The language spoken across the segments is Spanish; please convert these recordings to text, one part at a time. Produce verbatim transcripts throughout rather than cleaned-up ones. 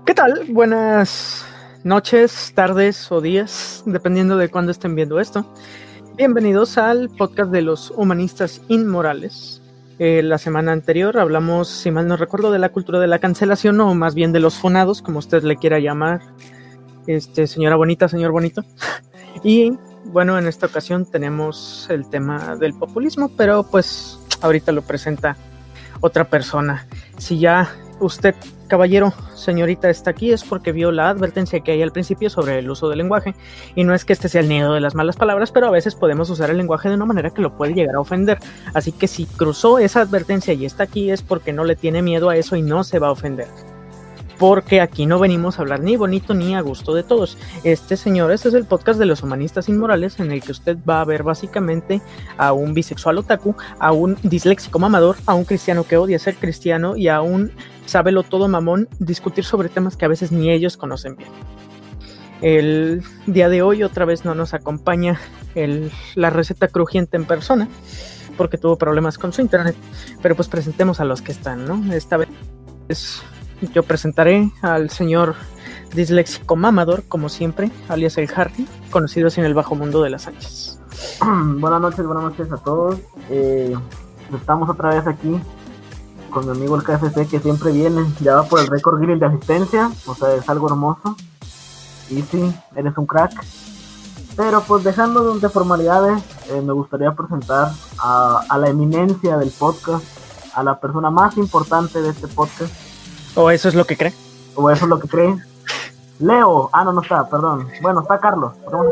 ¿Qué tal? Buenas noches, tardes o días, dependiendo de cuándo estén viendo esto. Bienvenidos al podcast de los humanistas inmorales. Eh, la semana anterior hablamos, si mal no recuerdo, de la cultura de la cancelación, o más bien de los funados, como usted le quiera llamar, este, señora bonita, señor bonito. Y bueno, en esta ocasión tenemos el tema del populismo, pero pues ahorita lo presenta otra persona. Si ya usted, caballero, señorita, está aquí, es porque vio la advertencia que hay al principio sobre el uso del lenguaje, y no es que este sea el nido de las malas palabras, pero a veces podemos usar el lenguaje de una manera que lo puede llegar a ofender, así que si cruzó esa advertencia y está aquí es porque no le tiene miedo a eso y no se va a ofender, porque aquí no venimos a hablar ni bonito ni a gusto de todos. Este, señor, este es el podcast de los humanistas inmorales, en el que usted va a ver básicamente a un bisexual otaku, a un disléxico mamador, a un cristiano que odia ser cristiano y a un sábelo todo mamón discutir sobre temas que a veces ni ellos conocen bien. El día de hoy otra vez no nos acompaña el, la receta crujiente en persona, porque tuvo problemas con su internet, pero pues presentemos a los que están, ¿no? Esta vez yo presentaré al señor disléxico mamador, como siempre, alias el Harry, conocido así en el bajo mundo de las Sánchez. Buenas noches, buenas noches a todos. Eh, estamos otra vez aquí con mi amigo el K F C, que siempre viene, ya va por el récord Guinness de asistencia, o sea, es algo hermoso. Y sí, eres un crack. Pero pues dejando de formalidades, eh, me gustaría presentar a, a la eminencia del podcast, a la persona más importante de este podcast. ¿O eso es lo que cree? O eso es lo que cree. Leo, ah no, no está, perdón. Bueno, está Carlos, Carlos.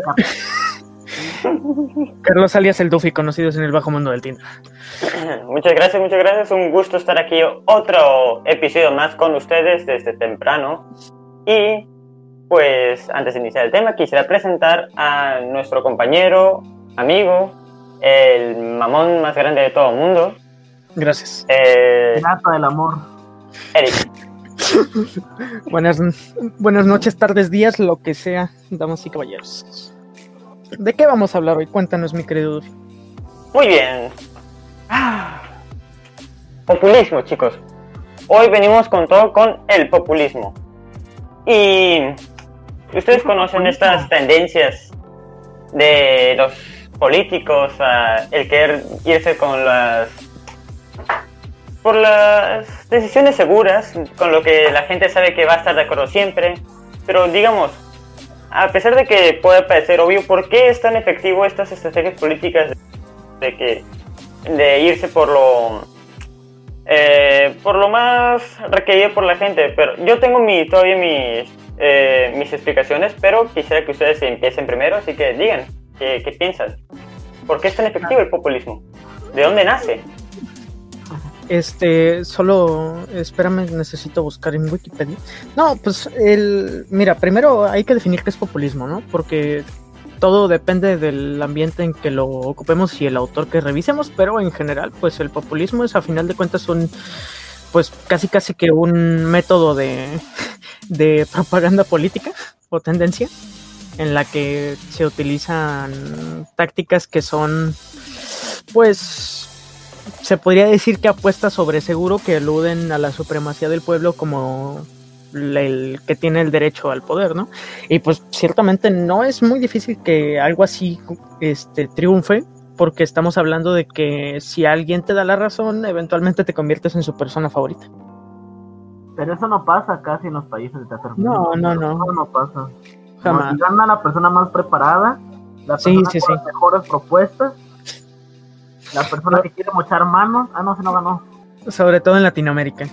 Carlos alias el Duffy, conocidos en el bajo mundo del Tinder. Muchas gracias, muchas gracias. Un gusto estar aquí otro episodio más con ustedes desde temprano. Y pues antes de iniciar el tema, quisiera presentar a nuestro compañero, amigo, el mamón más grande de todo el mundo. Gracias. Eh, Gata del amor. Eric. Buenas, buenas noches, tardes, días, lo que sea, damas y caballeros. ¿De qué vamos a hablar hoy? Cuéntanos, mi querido Duffy. Muy bien. Ah, populismo, chicos. Hoy venimos con todo con el populismo. Y ustedes conocen estas tendencias de los políticos, uh, el querer irse con las por las decisiones seguras, con lo que la gente sabe que va a estar de acuerdo siempre. Pero digamos, a pesar de que puede parecer obvio, ¿por qué es tan efectivo estas estrategias políticas de, de que de irse por lo eh, por lo más requerido por la gente? Pero yo tengo mi todavía mis eh, mis explicaciones, pero quisiera que ustedes empiecen primero, así que digan qué, qué piensan. ¿Por qué es tan efectivo el populismo? ¿De dónde nace? Este, solo, espérame, necesito buscar en Wikipedia. No, pues, el, mira, primero hay que definir qué es populismo, ¿no? Porque todo depende del ambiente en que lo ocupemos y el autor que revisemos, pero en general, pues el populismo es a final de cuentas un, pues casi casi que un método de, de propaganda política o tendencia en la que se utilizan tácticas que son, pues, se podría decir que apuestas sobre seguro, que aluden a la supremacía del pueblo como el que tiene el derecho al poder, ¿no? Y pues ciertamente no es muy difícil que algo así este, triunfe, porque estamos hablando de que si alguien te da la razón, eventualmente te conviertes en su persona favorita. Pero eso no pasa casi en los países de tercer mundo. No, no, no. Eso no pasa. Jamás. No, gana la persona más preparada, la persona sí, sí, con sí. las mejores propuestas, la persona que quiere mochar manos. Ah, no, se no ganó. Sobre todo en Latinoamérica.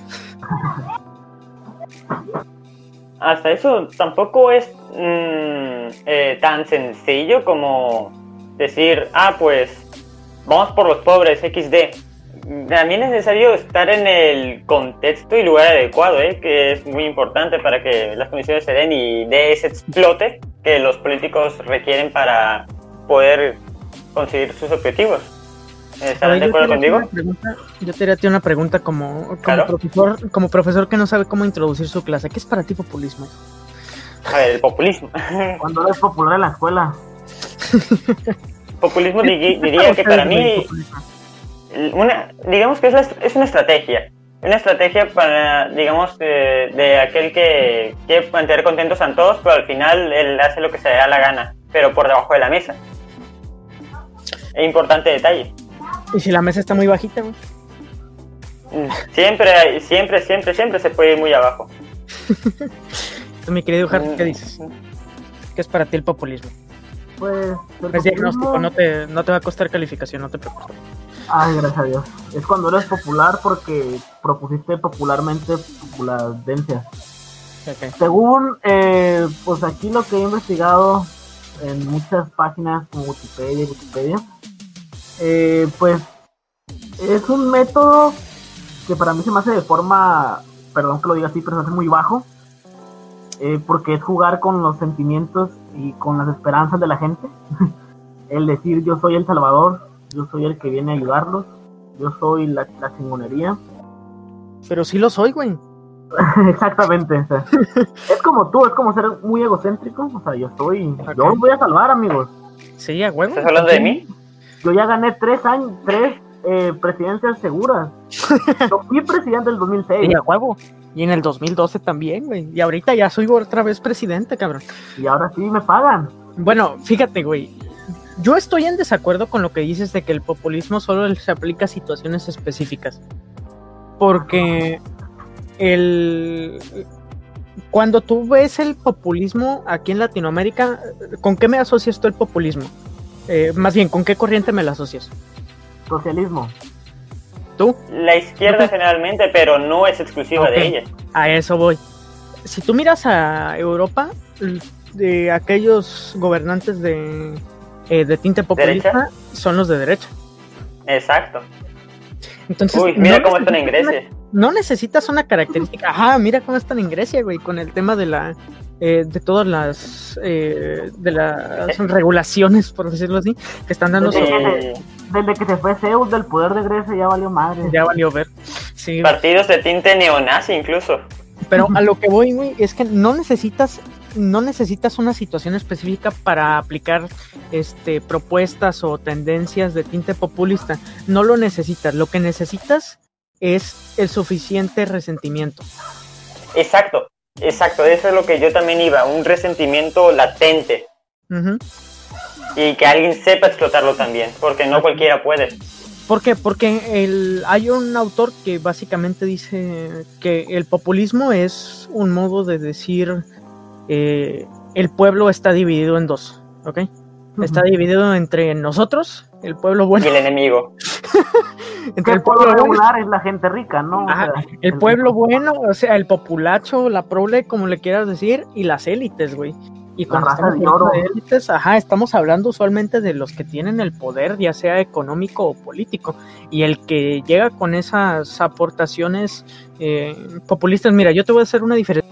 Hasta eso tampoco es mmm, eh, tan sencillo como decir, ah, pues vamos por los pobres, equis de. También es necesario estar en el contexto y lugar adecuado, ¿eh? Que es muy importante para que las condiciones se den y dé ese explote que los políticos requieren para poder conseguir sus objetivos. ¿Estarán de acuerdo conmigo? Pregunta, yo te haría a ti una pregunta como, como, claro. profesor, como profesor que no sabe cómo introducir su clase. ¿Qué es para ti populismo? A ver, el populismo. Cuando eres popular en la escuela. Populismo diría que para mí, una, digamos que es, la, es una estrategia una estrategia para, digamos, de, de aquel que quiere mantener contentos a todos, pero al final él hace lo que se le da la gana, pero por debajo de la mesa. Es importante detalle. ¿Y si la mesa está muy bajita, güey? Siempre, siempre, siempre, siempre se puede ir muy abajo. Mi querido Hart, ¿qué dices? ¿Qué es para ti el populismo? Pues... Es diagnóstico, no te, no te va a costar calificación, no te preocupes. Ay, gracias a Dios. Es cuando eres popular porque propusiste popularmente popularencia. Okay. Según, eh, pues aquí lo que he investigado en muchas páginas como Wikipedia, Wikipedia, eh, pues es un método que para mí se me hace de forma, perdón que lo diga así, pero se hace muy bajo, eh, porque es jugar con los sentimientos y con las esperanzas de la gente. El decir yo soy el Salvador, yo soy el que viene a ayudarlos, yo soy la, la chingonería. Pero sí lo soy, güey. Exactamente, o sea, es como tú, es como ser muy egocéntrico, o sea, yo soy, okay. Yo os voy a salvar, amigos. Sí, a huevo. ¿Estás hablando de mí? Yo ya gané tres años, tres eh, presidencias seguras. Yo fui presidente del dos mil seis. Sí, a huevo. Y en el dos mil doce también, güey. Y ahorita ya soy otra vez presidente, cabrón. Y ahora sí me pagan. Bueno, fíjate, güey. Yo estoy en desacuerdo con lo que dices de que el populismo solo se aplica a situaciones específicas. Porque el... cuando tú ves el populismo aquí en Latinoamérica, ¿con qué me asocias tú el populismo? Eh, más bien, ¿con qué corriente me la asocias? Socialismo. ¿Tú? La izquierda generalmente, pero no es exclusiva okay. de ella. A eso voy. Si tú miras a Europa, de aquellos gobernantes de, eh, de tinte populista ¿derecha? Son los de derecha. Exacto. Entonces, uy, mira no cómo están en Grecia. Una, no necesitas una característica. Ajá, mira cómo están en Grecia, güey, con el tema de la eh, de todas las eh, de las ¿Eh? regulaciones, por decirlo así, que están dando. Desde, sobre... que, desde que se fue Zeus del poder de Grecia ya valió madre. Ya valió ver. Sí. Partidos de tinte neonazi incluso. Pero a lo que voy, güey, es que no necesitas no necesitas una situación específica para aplicar este propuestas o tendencias de tinte populista. No lo necesitas. Lo que necesitas es el suficiente resentimiento. Exacto, exacto. Eso es lo que yo también iba. Un resentimiento latente. Uh-huh. Y que alguien sepa explotarlo también, porque no cualquiera puede. ¿Por qué? Porque el, hay un autor que básicamente dice que el populismo es un modo de decir eh, el pueblo está dividido en dos, ¿ok? Uh-huh. Está dividido entre nosotros, el pueblo bueno, y el enemigo. Entre el pueblo regular es la gente rica, ¿no? Ajá, o sea, el pueblo bueno, o sea, el populacho, la prole, como le quieras decir, y las élites, güey. Y cuando estamos hablando de élites, ajá, estamos hablando usualmente de los que tienen el poder, ya sea económico o político. Y el que llega con esas aportaciones eh, populistas, mira, yo te voy a hacer una diferencia.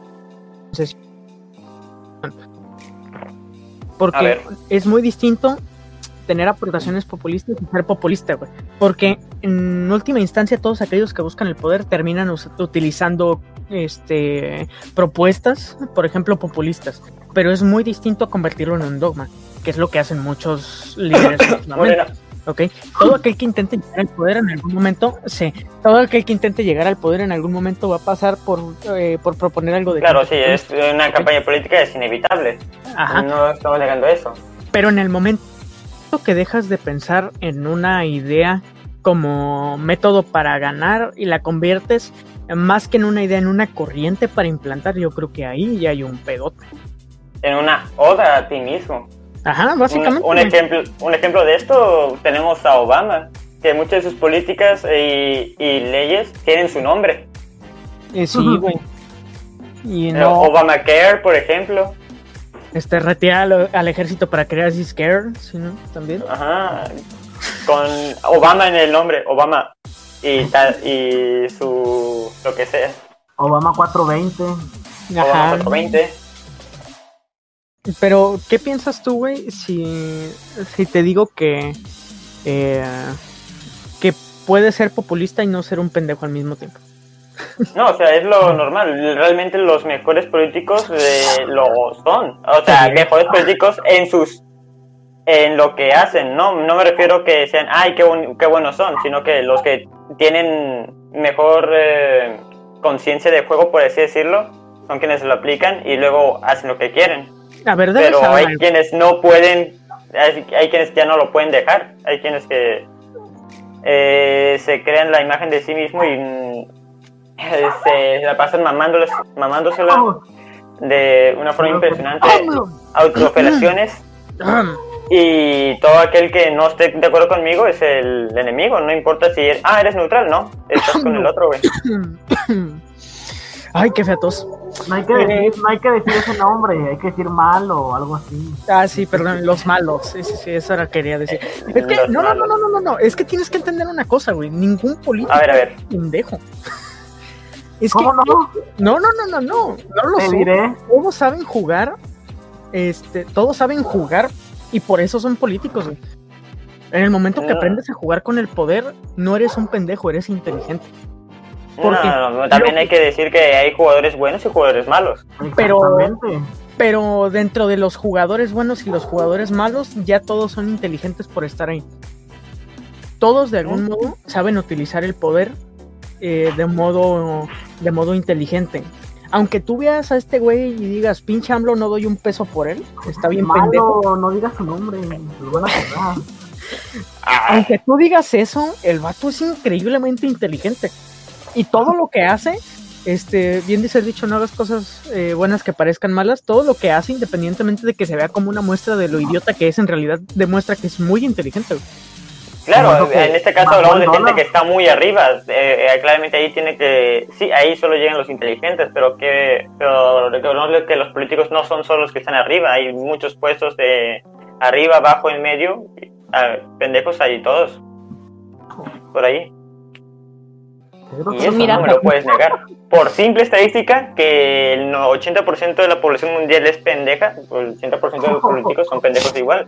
Porque es muy distinto tener aportaciones populistas y ser populista, güey. Porque en última instancia todos aquellos que buscan el poder terminan us- utilizando este propuestas, por ejemplo, populistas. Pero es muy distinto convertirlo en un dogma, que es lo que hacen muchos líderes últimamente. Okay. Todo aquel que intente llegar al poder en algún momento, sí, todo aquel que intente llegar al poder en algún momento va a pasar por, eh, por proponer algo de... Claro, sí, es una okay. campaña política, es inevitable. Ajá. No estamos negando eso. Pero en el momento que dejas de pensar en una idea como método para ganar y la conviertes más que en una idea, en una corriente para implantar, yo creo que ahí ya hay un pedote. En una oda a ti mismo. Ajá, básicamente. Un, un, ejemplo, un ejemplo de esto tenemos a Obama, que muchas de sus políticas y, y leyes tienen su nombre. Eh, sí, güey. Uh-huh. Y no... Obamacare, por ejemplo. Este, retirar al, al ejército para crear Scare, ¿sí, no? También. Ajá. Con Obama en el nombre, Obama. Y, tal, y su... lo que sea. Obama cuatrocientos veinte. Ajá. Obama cuatrocientos veinte. Pero, ¿qué piensas tú, güey, si, si te digo que eh, que puedes ser populista y no ser un pendejo al mismo tiempo? No, o sea, es lo normal. Realmente los mejores políticos eh, lo son. O sea, mejores políticos en sus en lo que hacen, ¿no? No me refiero que sean, ay, qué, bon- qué buenos son, sino que los que tienen mejor eh, conciencia de juego, por así decirlo, son quienes lo aplican y luego hacen lo que quieren. La verdad Pero es hay quienes no pueden, hay, hay quienes ya no lo pueden dejar, hay quienes que eh, se crean la imagen de sí mismo y eh, se la pasan mamándoles, mamándosela de una forma impresionante, autofelaciones. Y todo aquel que no esté de acuerdo conmigo es el enemigo, no importa si eres, ah, eres neutral, no, estás con el otro, güey. Ay, qué featos. No hay que decir, no hay que decir ese nombre, hay que decir malo o algo así. Ah, sí, perdón, los malos. Sí, sí, sí, eso era quería decir. Es que, no, no, no, no, no, no, no, es que tienes que entender una cosa, güey. Ningún político a ver, a ver. es pendejo. Es ¿Cómo que, no? No, no, no, no, no, no lo Te sé. diré. Todos saben jugar, este, todos saben jugar y por eso son políticos, güey. En el momento que No. aprendes a jugar con el poder, no eres un pendejo, eres inteligente. Porque No, no, no, también lo- hay que decir que hay jugadores buenos y jugadores malos. Pero- Exactamente. Pero dentro de los jugadores buenos y los jugadores malos, ya todos son inteligentes por estar ahí. Todos de algún modo saben utilizar el poder eh, de modo de modo inteligente. Aunque tú veas a este güey y digas, pinche AMLO, no doy un peso por él, está bien pendejo. Malo, no digas su nombre, los van a cerrar. Aunque tú digas eso, el vato es increíblemente inteligente. Y todo lo que hace, este, bien dice el dicho, no hagas cosas eh, buenas que parezcan malas, todo lo que hace, independientemente de que se vea como una muestra de lo idiota que es, en realidad demuestra que es muy inteligente, güey. Claro, Como que en este caso bajó hablamos el de gente dólar. que está muy arriba. Eh, eh, claramente ahí tiene que, sí, ahí solo llegan los inteligentes, pero que, pero reconozco que los políticos no son solo los que están arriba. Hay muchos puestos de arriba, abajo, en medio, ah, pendejos ahí todos, por ahí. Y eso Mira, no me lo puedes negar. Por simple estadística, que el no- ochenta por ciento de la población mundial es pendeja, el ochenta por ciento de los políticos son pendejos igual.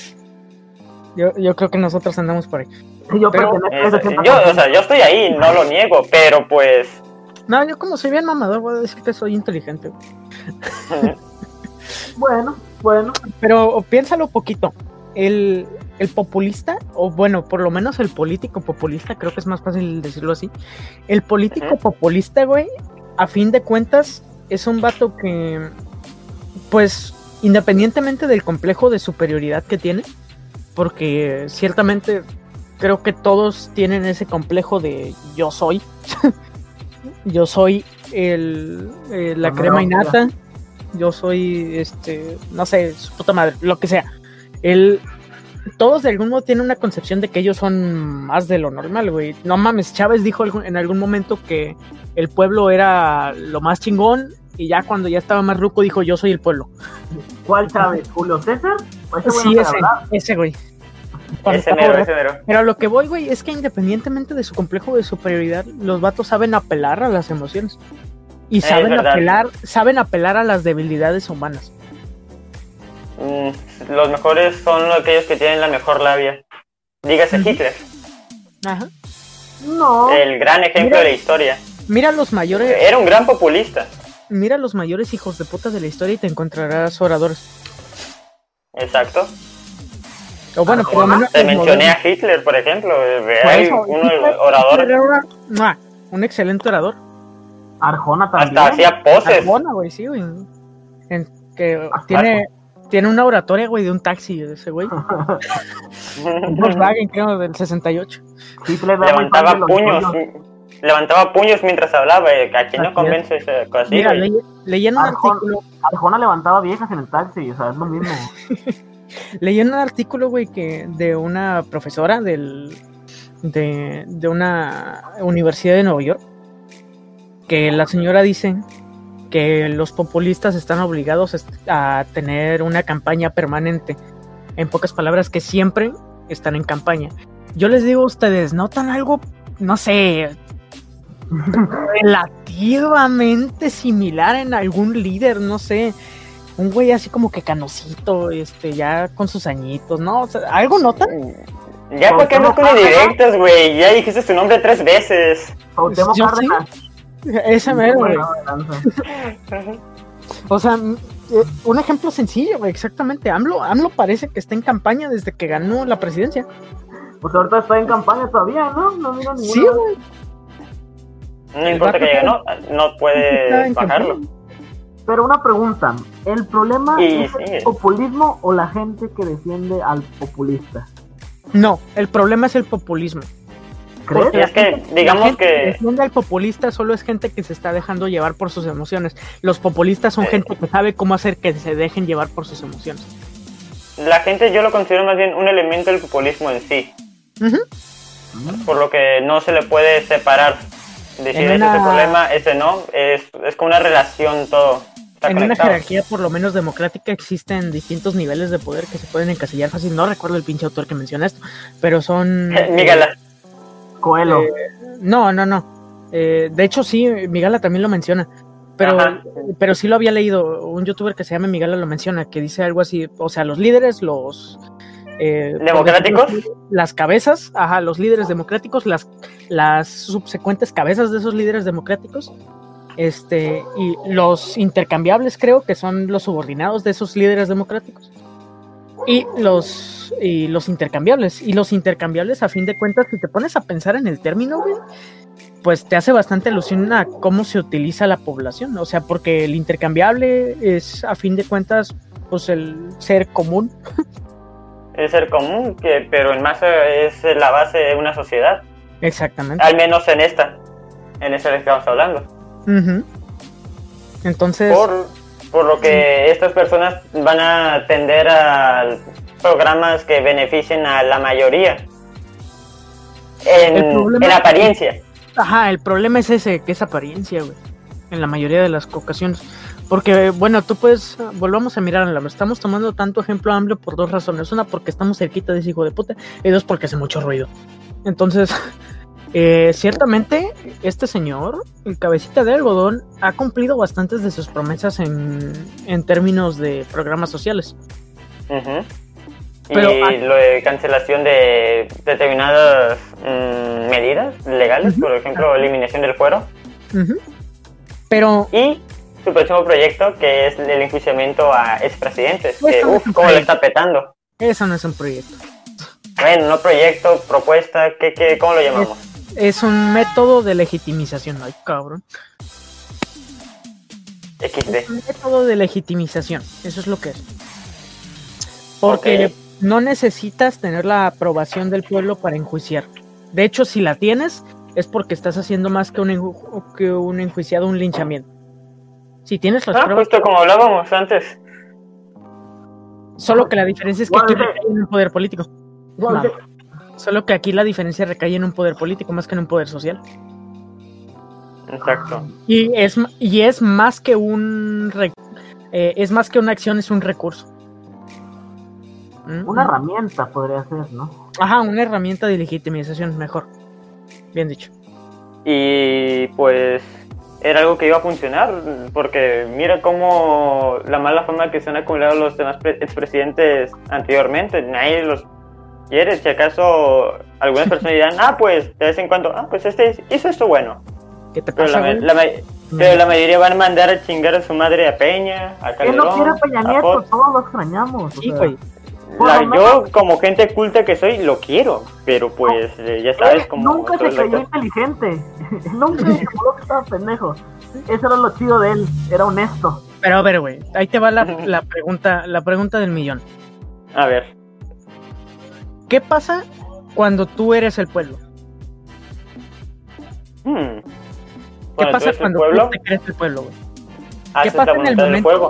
Yo, yo creo que nosotros andamos por ahí. Sí, yo Pero, pertenezco a Es- ese ochenta por yo, ciento. o sea, yo estoy ahí, no lo niego, pero pues... No, yo como soy bien mamador, voy a decir que soy inteligente, güey. Bueno, bueno. Pero piénsalo poquito. El, el populista, o bueno, por lo menos el político populista, creo que es más fácil decirlo así. El político Ujú. populista, güey, a fin de cuentas, es un vato que, pues, independientemente del complejo de superioridad que tiene, porque ciertamente creo que todos tienen ese complejo de yo soy, yo soy el, eh, la La crema mera innata, yo soy, este, no sé, su puta madre, lo que sea. El, todos de algún modo tienen una concepción de que ellos son más de lo normal, güey. No mames, Chávez dijo algún- en algún momento que el pueblo era lo más chingón y ya cuando ya estaba más ruco dijo yo soy el pueblo. ¿Cuál Chávez? ¿Julio César? ¿O ese güey Sí, no ese, sabe hablar? ese güey. Cuando Ese estaba mero, borracho. ese mero. Pero a lo que voy, güey, es que independientemente de su complejo de superioridad, los vatos saben apelar a las emociones. Y Es saben verdad. apelar, saben apelar a las debilidades humanas. Mm, los mejores son aquellos que tienen la mejor labia. Dígase Hitler, Ajá. No. el gran ejemplo Mira. de la historia. Mira los mayores, Era un gran populista. mira los mayores hijos de puta de la historia y te encontrarás oradores. Exacto. O bueno, por lo menos Te los mencioné modernos. a Hitler, por ejemplo. Por Hay eso, uno Hitler- orador. Hitler era ¡mua! Un excelente orador. Arjona también. Hasta hacía poses. Arjona, güey, sí, güey. En- que tiene, tiene una oratoria, güey, de un taxi, ese güey. Un Volkswagen, creo, del sesenta y ocho. Hitler era muy fan de Levantaba los puños. pollos. Levantaba puños mientras hablaba. eh, ¿A quién no Así convence esa cosa así, Mira, güey? le- leí en un Arjona. artículo, Arjona levantaba viejas en el taxi, o sea, es lo mismo. leí en un artículo, güey, que de una profesora del, de, de una universidad de Nueva York, que la señora dice que los populistas están obligados est- a tener una campaña permanente. En pocas palabras, que siempre están en campaña. Yo les digo a ustedes, ¿notan algo, no sé, relativamente similar en algún líder? No sé, un güey así como que canosito, este, ya con sus añitos, ¿no? O sea, ¿algo notan? Ya, ¿por qué andas con indirectas, güey? Ya dijiste su nombre tres veces. Cuauhtémoc Yo Cárdenas. Ese mero, güey. No, lanza. O sea, mm, eh, un ejemplo sencillo, güey, exactamente. AMLO, AMLO parece que está en campaña desde que ganó la presidencia. Pues ahorita está en campaña todavía, ¿no? No miro ninguna. Sí, güey. No importa que llegue, no, no puedes bajarlo. Pero una pregunta, ¿el problema Y es sí. el populismo o la gente que defiende al populista? No, el problema es el populismo. ¿Crees? Porque Es que, la digamos gente que- defiende al populista solo es gente que se está dejando llevar por sus emociones. Los populistas son Eh. gente que sabe cómo hacer que se dejen llevar por sus emociones. La gente yo lo considero más bien un elemento del populismo en sí, Ujú. por lo que no se le puede separar. Decir, En ese una- es el problema, ese no, es, es como una relación todo. Está En una conectado. jerarquía por lo menos democrática existen distintos niveles de poder que se pueden encasillar fácil. No recuerdo el pinche autor que menciona esto, pero son... Migala. Coelho. Eh, no, no, no. Eh, de hecho sí, Migala también lo menciona. Pero, Ajá. pero sí lo había leído. Un youtuber que se llama Migala lo menciona, que dice algo así. O sea, los líderes, los... eh, por ¿Democráticos? decirlo así, las cabezas, ajá, los líderes democráticos, las, las subsecuentes cabezas de esos líderes democráticos, este, y los intercambiables creo que son los subordinados de esos líderes democráticos. Y los, y los intercambiables. Y los intercambiables, a fin de cuentas, si te pones a pensar en el término, güey, pues te hace bastante alusión a cómo se utiliza la población. O sea, porque el intercambiable es, a fin de cuentas, pues el ser común. Es ser común, que, pero en masa es la base de una sociedad, Exactamente. al menos en esta, en esta de que estamos hablando. Ujú. Entonces, Por, por lo que estas personas van a tender a programas que beneficien a la mayoría, en, El problema- en apariencia. ajá, el problema es ese, que es apariencia, güey. En la mayoría de las ocasiones. Porque, bueno, tú puedes, volvamos a mirar a la estamos tomando tanto ejemplo a AMLO por dos razones. Una, porque estamos cerquita de ese hijo de puta, y dos, porque hace mucho ruido. Entonces, eh, ciertamente, este señor, el cabecita de algodón, ha cumplido bastantes de sus promesas en, en términos de programas sociales. Ujú. Pero, y ah, lo de cancelación de determinadas mm, medidas legales, Ujú. por ejemplo, eliminación del fuero, Ujú. Pero, y su próximo proyecto, que es el enjuiciamiento a expresidentes, Pues que no es uff, un cómo le proyecto. está petando. eso no es un proyecto. Bueno, no proyecto, propuesta, ¿qué, qué, ¿cómo lo llamamos? Es un método de legitimización. Ay, cabrón. equis Es de. un método de legitimización. Eso es lo que es. Porque Ok. no necesitas tener la aprobación del pueblo para enjuiciar. De hecho, si la tienes, es porque estás haciendo más que un, enju- que un enjuiciado, un linchamiento. Si tienes las Ah, pruebas, justo como hablábamos antes. solo que la diferencia es que aquí Igual, recae en un poder político. Igual No. que- Solo que aquí la diferencia recae en un poder político más que en un poder social. Exacto. Y es, m- y es más que un re- eh, es más que una acción, es un recurso. ¿Mm? Una herramienta podría ser, ¿no? Ajá, una herramienta de legitimización, mejor. Bien dicho. Y pues era algo que iba a funcionar, porque mira cómo la mala fama que se han acumulado los demás pre- expresidentes anteriormente, nadie los quiere. Si acaso algunas personas dirán, ah, pues de vez en cuando, ah, pues este hizo esto bueno. ¿Qué te Pero pasa, la, ma- güey? la ma- pero la mayoría van a mandar a chingar a su madre a Peña, a ¿Quién no quiere Calderón, a Peña a Nieto? Fox. Todos lo extrañamos. o Sí, sea, güey. por La- lo yo, menos- como gente culta que soy, lo quiero, pero pues eh, ya sabes Él cómo nunca todo se el creyó resto. inteligente. Nunca se juró que estaba pendejo. Eso era lo chido de él. Era honesto. Pero a ver, güey, ahí te va la, la pregunta, la pregunta del millón. A ver, ¿Qué pasa cuando tú eres el pueblo? hmm. ¿Qué Bueno, tú pasa eres el cuando pueblo, tú te crees el pueblo, güey? haces pasa la en el voluntad del momento? juego.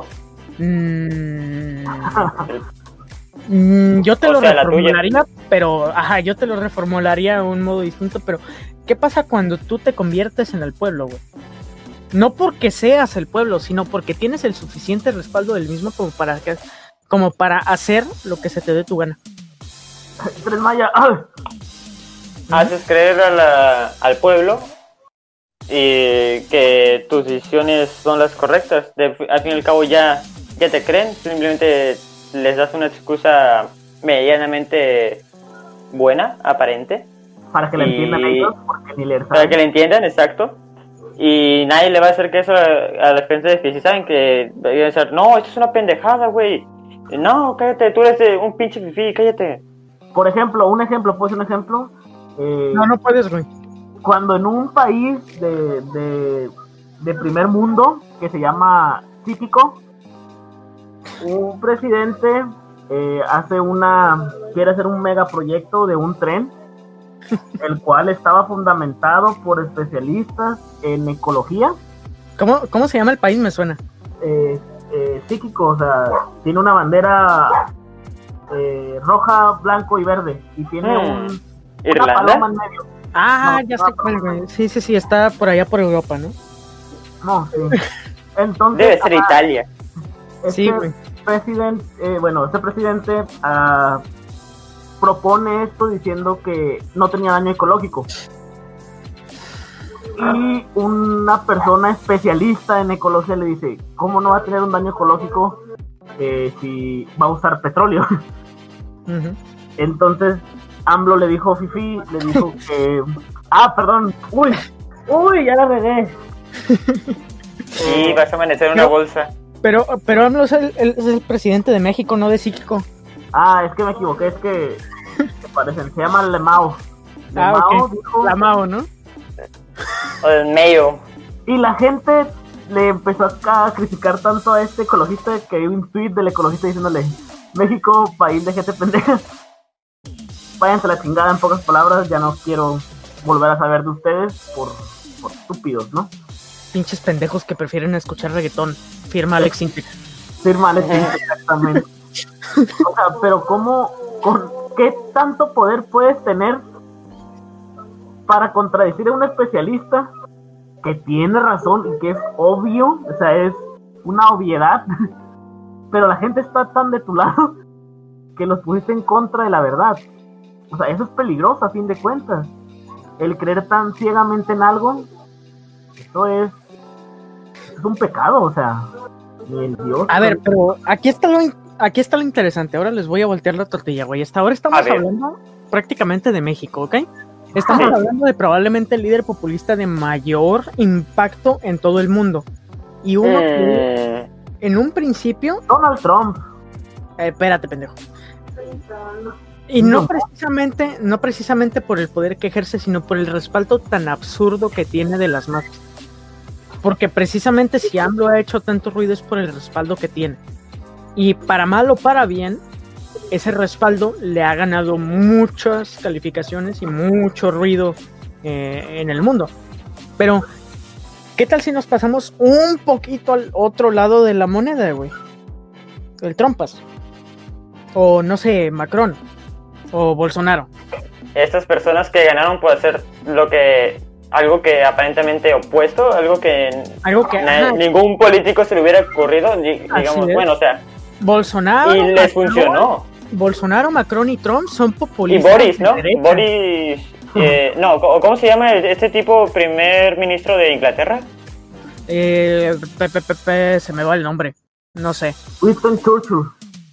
Mm, mm, yo te O lo sea, la tuya. reformularía, pero, ajá, yo te lo reformularía a un modo distinto, pero ¿qué pasa cuando tú te conviertes en el pueblo, güey? No porque seas el pueblo, sino porque tienes el suficiente respaldo del mismo como para que, como para hacer lo que se te dé tu gana. Tres Maya. ¡ay! Haces creer a la- al pueblo y que tus decisiones son las correctas. De- al fin y al cabo ya, ya te creen, simplemente les das una excusa medianamente buena, aparente, Para que la Y- entiendan ellos, porque ni leer para saben. que le entiendan, exacto. Y nadie le va a hacer caso a, a la gente de que si saben que deberían decir, no, esto es una pendejada, güey. No, cállate, tú eres de un pinche fifí, cállate. Por ejemplo, un ejemplo, ¿puedo hacer un ejemplo? Eh, No, no puedes, güey. cuando en un país de, de, de primer mundo que se llama Típico, un presidente eh, hace una quiere hacer un megaproyecto de un tren, el cual estaba fundamentado por especialistas en ecología. ¿Cómo, cómo se llama el país? Me suena. Eh, eh, psíquico, o sea, tiene una bandera eh, roja, blanco y verde, y tiene Hmm. un, una ¿Irlanda? paloma en medio. Ah, No, ya no, sé cuál, güey. Sí, sí, sí, está por allá por Europa, ¿no? No, sí. Entonces, Debe ser ajá, Italia. este Sí, güey. presidente, eh, bueno, este presidente ah, propone esto diciendo que no tenía daño ecológico. Y una persona especialista en ecología le dice, ¿cómo no va a tener un daño ecológico eh, si va a usar petróleo? Ujú. Entonces AMLO le dijo Fifi, le dijo que... Ah, perdón, uy, uy, ya la regué. Y vas a amanecer en una No. bolsa. Pero, pero AMLO es el, el- es el presidente de México, no de Psíquico. Ah, es que me equivoqué, es que se parecen, se llama Lemao. Ah, Lemao ok. dijo, La Mao, ¿no? O el Mayo. y la gente le empezó a criticar tanto a este ecologista que hay un tweet del ecologista diciéndole, México, país de gente pendeja, váyanse a la chingada, en pocas palabras, ya no quiero volver a saber de ustedes por, por estúpidos, ¿no? Pinches pendejos que prefieren escuchar reggaetón. Firma Alex Intec. Firma Alex Intec, exactamente. O sea, pero ¿cómo, con qué tanto poder puedes tener para contradecir a un especialista que tiene razón y que es obvio, o sea, es una obviedad, pero la gente está tan de tu lado que los pusiste en contra de la verdad? O sea, eso es peligroso a fin de cuentas. El creer tan ciegamente en algo, eso es, es un pecado, o sea, ni el Dios. A ver, pero aquí está lo in- aquí está lo interesante. Ahora les voy a voltear la tortilla, güey. Hasta ahora estamos A ver. hablando prácticamente de México, ¿ok? Estamos Ajá. hablando de probablemente el líder populista de mayor impacto en todo el mundo. Y uno que Mm, en un principio... Donald Trump. eh, espérate, pendejo. Y no No. precisamente, no precisamente por el poder que ejerce, sino por el respaldo tan absurdo que tiene de las masas. Porque precisamente si AMLO ha hecho tanto ruido es por el respaldo que tiene. Y para mal o para bien, ese respaldo le ha ganado muchas calificaciones y mucho ruido eh, en el mundo. Pero, ¿qué tal si nos pasamos un poquito al otro lado de la moneda, güey? El Trumpas. O no sé, Macron. O Bolsonaro. estas personas que ganaron por hacer lo que algo que aparentemente opuesto, algo que, Algo que na- ajá, ningún político se le hubiera ocurrido, di- digamos, es. bueno, o sea, Bolsonaro. y les Macron, funcionó. Bolsonaro, Macron y Trump son Y populistas. Boris, de ¿no? derecha. Boris, eh, no, ¿cómo cómo se llama el- este tipo primer ministro de Inglaterra? Eh, pe- pe- pe- pe- se me va el nombre. No sé. Winston Churchill.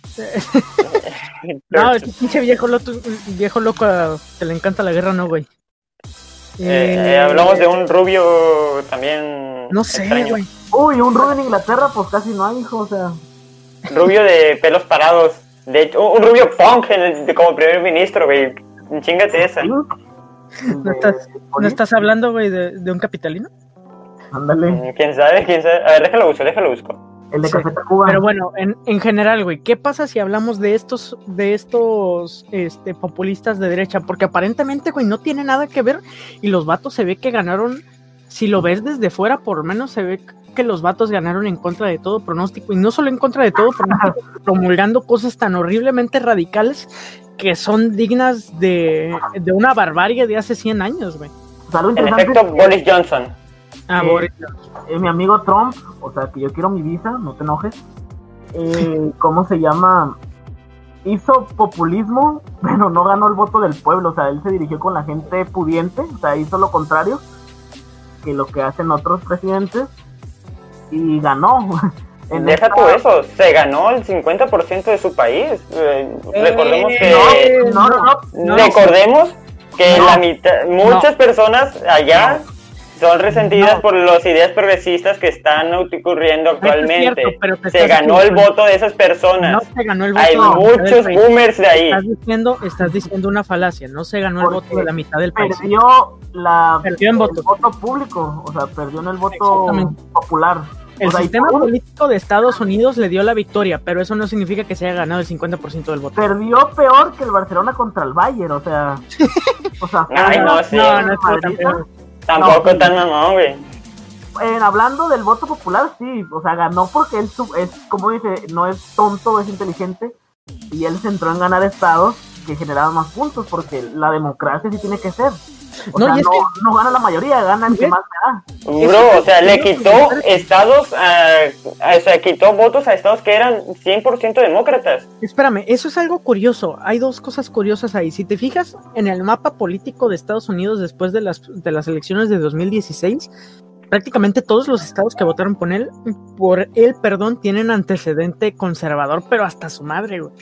No, ese pinche viejo loco, viejo loco ah, que le encanta la guerra, no, güey. Eh, Eh, eh, hablamos de un rubio también No sé, extraño. güey. Uy, un rubio en Inglaterra, pues casi no hay, hijo, o sea. Rubio de pelos parados. De hecho, un rubio punk en el- de- como primer ministro, güey. Chingate esa. ¿sí? ¿No estás, ¿no estás hablando, güey, de, de un capitalino? Ándale, Mm, ¿Quién sabe? ¿Quién sabe? A ver, déjalo busco, déjalo busco. el de Sí, Café Tacuba. Pero bueno, en, en general, güey, ¿qué pasa si hablamos de estos, de estos este, populistas de derecha? Porque aparentemente, güey, no tiene nada que ver y los vatos se ve que ganaron, si lo ves desde fuera, por lo menos se ve que los vatos ganaron en contra de todo pronóstico y no solo en contra de todo pronóstico, promulgando cosas tan horriblemente radicales que son dignas de, de una barbarie de hace cien años, güey. O sea, lo En interesante efecto, es que, Boris Johnson. Ah, Eh, Boris. eh, mi amigo Trump, o sea, que yo quiero mi visa, no te enojes. Eh, ¿Cómo se llama? Hizo populismo, pero no ganó el voto del pueblo. O sea, él se dirigió con la gente pudiente, o sea, hizo lo contrario que lo que hacen otros presidentes y ganó. En Deja esta- tú eso, se ganó el cincuenta por ciento de su país. Eh, recordemos Eh, que... No, no, no, no, recordemos que no, la mitad, muchas personas allá son resentidas No. por las ideas progresistas que están ocurriendo actualmente. cierto, pero te se estás ganó el equivocando. voto de esas personas. No se ganó el voto Hay de la mitad del muchos país. boomers de ahí. Estás diciendo, estás diciendo una falacia, no se ganó el Porque voto de la mitad del país. Perdió la Perdió en el votos. voto público, o sea, perdió en el voto Exactamente. popular. El O sea, y sistema aún político de Estados Unidos le dio la victoria, pero eso no significa que se haya ganado el cincuenta por ciento del voto. perdió peor que el Barcelona contra el Bayern, o sea, o sea, Ay, fue no, una sí. No, no es tan madriza. peor. Tampoco No. tan mamón, güey. En, hablando del voto popular, sí, o sea, ganó porque él su- es, como dice, no es tonto, es inteligente, y él se centró en ganar estados que generaban más puntos, porque la democracia sí tiene que ser. O No, sea, y es no, que- no gana la mayoría, gana el que ¿Ves? más se da. Bro, o sea, le Eso es quitó lo que- estados, a, a- o sea, quitó votos a estados que eran cien por ciento demócratas. Espérame, eso es algo curioso. Hay dos cosas curiosas ahí. Si te fijas en el mapa político de Estados Unidos después de las, de las elecciones de dos mil dieciséis, prácticamente todos los estados que votaron por él, por él, perdón, tienen antecedente conservador, pero hasta su madre, güey.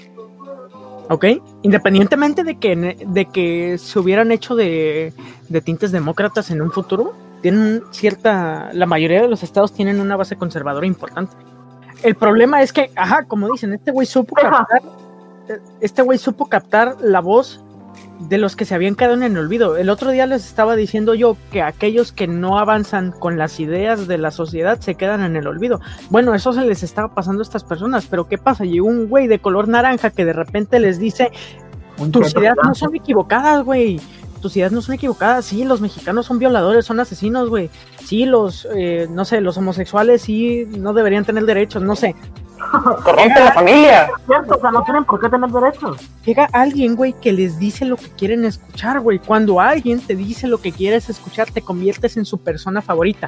¿Ok? Independientemente de que, de que se hubieran hecho de, de tintes demócratas en un futuro, tienen cierta, la mayoría de los estados tienen una base conservadora importante. El problema es que, ajá, como dicen, este güey supo Ajá. captar, este güey supo captar la voz de los que se habían quedado en el olvido. El otro día les estaba diciendo yo que aquellos que no avanzan con las ideas de la sociedad se quedan en el olvido. Bueno, eso se les estaba pasando a estas personas, pero ¿qué pasa? Llegó un güey de color naranja que de repente les dice, Un tus cheto ideas no gigante. son equivocadas, güey. Tus ideas no son equivocadas. Sí, los mexicanos son violadores, son asesinos, güey. Sí, los, eh, no sé, los homosexuales sí no deberían tener derechos, no sé. Corrompe a la familia. Es cierto, o sea, no tienen por qué tener derechos. Llega alguien, güey, que les dice lo que quieren escuchar, güey. Cuando alguien te dice lo que quieres escuchar, te conviertes en su persona favorita.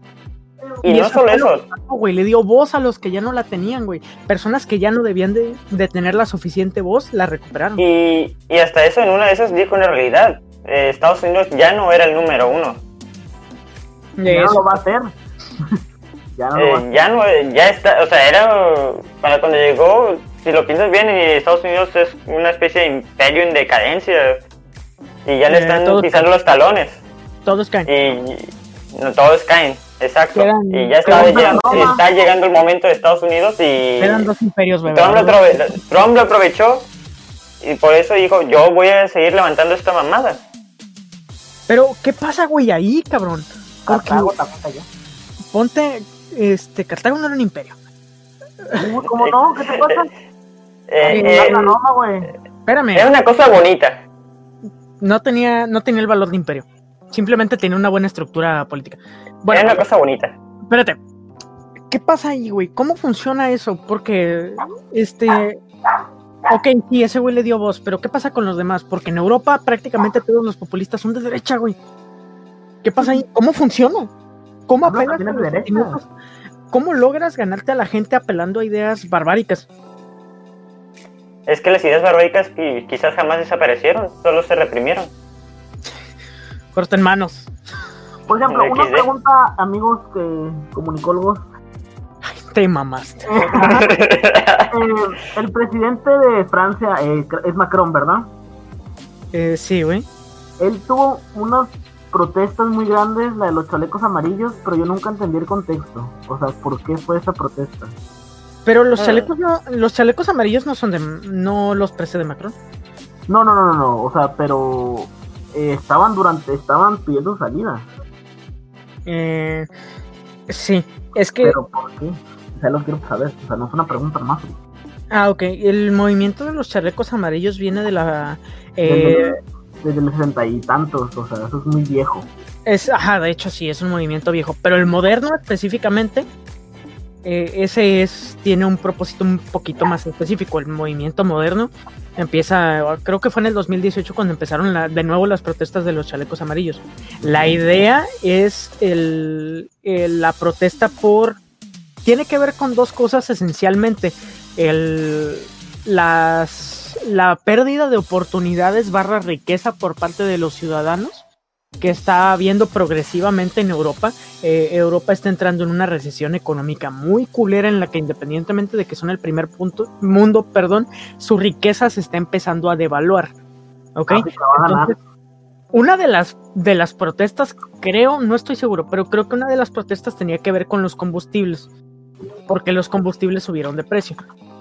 Y no eso solo fue lo eso, que pasó, güey, le dio voz a los que ya no la tenían, güey. Personas que ya no debían de, de tener la suficiente voz, la recuperaron. y, y hasta eso en una de esas dijo una realidad. Eh, Estados Unidos ya no era el número uno. De Ya no eso. lo va a hacer. ya no lo va a Eh, hacer. ya no, ya está, o sea, era para cuando llegó, si lo piensas bien, y Estados Unidos es una especie de imperio en decadencia y ya le Eh, están todos- pisando los talones Todos caen. y no, todos caen, exacto. Quedan- y ya está, quedan llegando, dos, ¿no? está llegando el momento de Estados Unidos y Eran dos imperios, bebé. Trump lo, aprove- Trump lo aprovechó y por eso dijo, yo voy a seguir levantando esta mamada. Pero, ¿qué pasa, güey, ahí, cabrón? Porque Cartago también cayó. ponte, este, Cartago no era un imperio. Uy, ¿cómo no? ¿Qué te pasa? Eh, Eh, eh, La Roma, güey. Espérame. era una cosa bonita. No tenía, no tenía el valor de imperio. Simplemente tenía una buena estructura política. Bueno, era una cosa bonita. espérate. ¿Qué pasa ahí, güey? ¿Cómo funciona eso? Porque, este... Ok, sí, ese güey le dio voz, pero ¿qué pasa con los demás? Porque en Europa prácticamente todos los populistas son de derecha, güey. ¿Qué pasa ahí? ¿Cómo funciona? ¿Cómo Habla apelas también a de los derecha. sentimientos? ¿Cómo logras ganarte a la gente apelando a ideas barbáricas? Es que las ideas barbáricas qui- quizás jamás desaparecieron, solo se reprimieron. Corten manos. Por ejemplo, una equis de. pregunta, amigos que comunicólogos. Te mamaste. Eh, el presidente de Francia eh, es Macron, ¿verdad? Eh, sí, güey. Él tuvo unas protestas muy grandes, la de los chalecos amarillos, pero yo nunca entendí el contexto. O sea, ¿por qué fue esa protesta? Pero los Ah. chalecos no, los chalecos amarillos no son de, no los precede Macron. No, no, no, no, no. O sea, pero eh, estaban durante, estaban pidiendo salida. Eh, sí, es que, Pero ¿por qué? O sea, lo quiero saber. O sea, no es una pregunta más. ah, ok, el movimiento de los chalecos amarillos viene de la, eh, Desde, desde los sesenta y tantos. O sea, eso es muy viejo. es, ajá, de hecho sí, es un movimiento viejo, pero el moderno específicamente, eh, ese es, tiene un propósito un poquito más específico. El movimiento moderno empieza, creo que fue en el dos mil dieciocho cuando empezaron la- de nuevo las protestas de los chalecos amarillos. La idea es el, el- la protesta por, tiene que ver con dos cosas esencialmente, el, las, la pérdida de oportunidades barra riqueza por parte de los ciudadanos que está habiendo progresivamente en Europa. Eh, Europa está entrando en una recesión económica muy culera en la que, independientemente de que son el primer punto, mundo, perdón, su riqueza se está empezando a devaluar. ¿Ok? África va a ganar. Entonces, una de las, de las protestas, creo, no estoy seguro, pero creo que una de las protestas tenía que ver con los combustibles, porque los combustibles subieron de precio.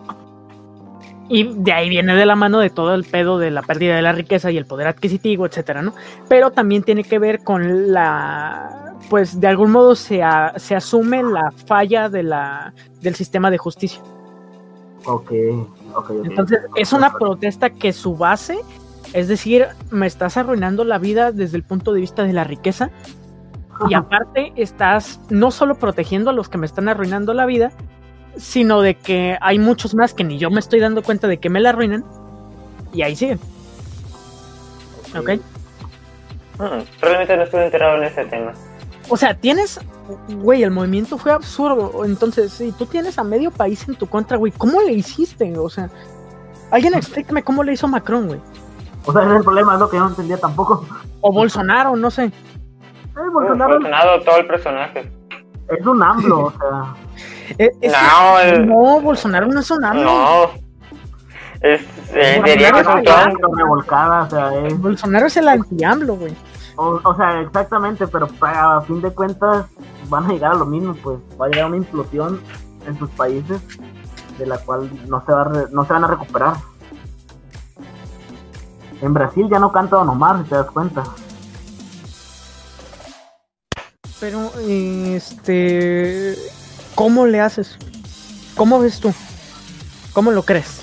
Y de ahí viene de la mano de todo el pedo de la pérdida de la riqueza y el poder adquisitivo, etcétera, ¿no? Pero también tiene que ver con la... Pues de algún modo se, a, se asume la falla de la, del sistema de justicia. Ok, ok, ok. Entonces es una protesta que su base, es decir, me estás arruinando la vida desde el punto de vista de la riqueza. Y aparte estás no solo protegiendo a los que me están arruinando la vida, sino de que hay muchos más que ni yo me estoy dando cuenta de que me la arruinan, y ahí siguen. ¿Ok? Hmm, probablemente no estuve enterado en ese tema. O sea, tienes... Güey, el movimiento fue absurdo. Entonces, si tú tienes a medio país en tu contra, güey, ¿cómo le hiciste? O sea, alguien explícame cómo le hizo Macron, güey. O sea, ese es el problema, es lo que yo no entendía tampoco. O Bolsonaro, no sé. Eh, Bolsonaro Bolsonaro, todo el personaje. es un AMLO, o sea... Es, es No, que, el- no, Bolsonaro no es un AMLO. No. Es, eh, diría que es un Bolsonaro Trump. es revolcada, o sea, es... Bolsonaro es el anti-AMLO, güey. O, o sea, exactamente, pero para, a fin de cuentas van a llegar a lo mismo, pues va a llegar una implosión en sus países de la cual no se, va a re- no se van a recuperar. En Brasil ya no canta Don Omar, si te das cuenta. Pero, este... ¿Cómo le haces? ¿Cómo ves tú? ¿Cómo lo crees?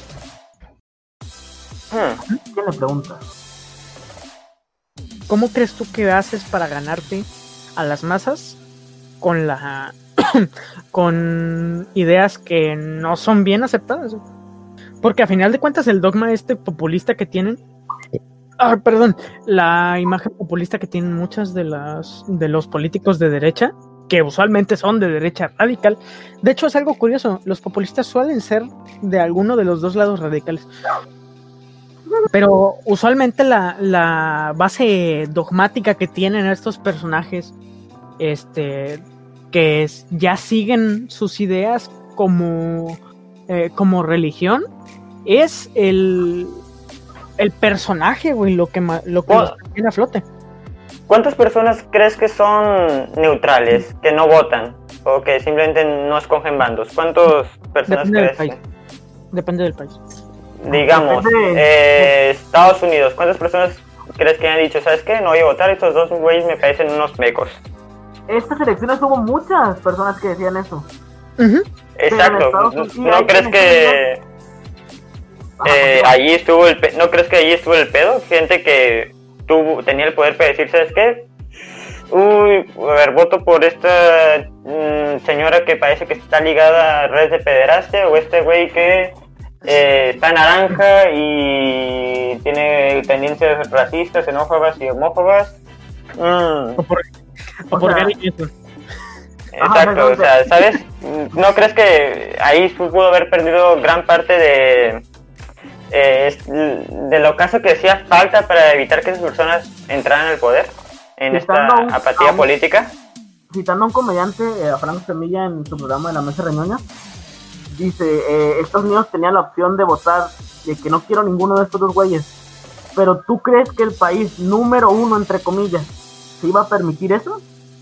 Hmm. ¿Quién le pregunta? ¿Cómo crees tú que haces para ganarte a las masas con la con ideas que no son bien aceptadas? Porque a final de cuentas el dogma este populista que tienen, ah, perdón, la imagen populista que tienen muchas de las de los políticos de derecha, que usualmente son de derecha radical. De hecho es algo curioso, los populistas suelen ser de alguno de los dos lados radicales. Pero usualmente la, la base dogmática que tienen estos personajes, este, que es, ya siguen sus ideas como, eh, como religión, es el, el personaje, güey, lo que, ma- lo que Oh. los tiene a flote. ¿Cuántas personas crees que son neutrales, que no votan o que simplemente no escogen bandos? ¿Cuántas personas Depende del crees? país. Depende del país. Digamos, Depende. eh, Estados Unidos, ¿cuántas personas crees que han dicho, sabes qué, no voy a votar, estos dos güeyes me parecen unos mecos? Estas elecciones hubo muchas personas que decían eso. Ujú. Exacto, Estados ¿no, Unidos, no ahí crees tiene que Ajá, eh, pues, allí estuvo el pe- no crees que allí estuvo el pedo? Gente que tuvo, tenía el poder para decir, ¿sabes qué? Uy, a ver, voto por esta mm, señora que parece que está ligada a redes de pederastia, o este güey que eh, está naranja y tiene tendencias racistas, xenófobas y homófobas. Mm, O por, o O por sea, Gary Newsom. exacto, o sea, ¿sabes? ¿No crees que ahí pudo haber perdido gran parte de eh, es- de lo caso que hacía falta para evitar que esas personas entraran al poder en esta Citando a un- apatía a un- política? Citando a un comediante, eh, a Franco Semilla, en su programa de La Mesa Reñoña, dice, eh, estos niños tenían la opción de votar, de que no quiero ninguno de estos dos güeyes, pero ¿tú crees que el país número uno, entre comillas, se iba a permitir eso?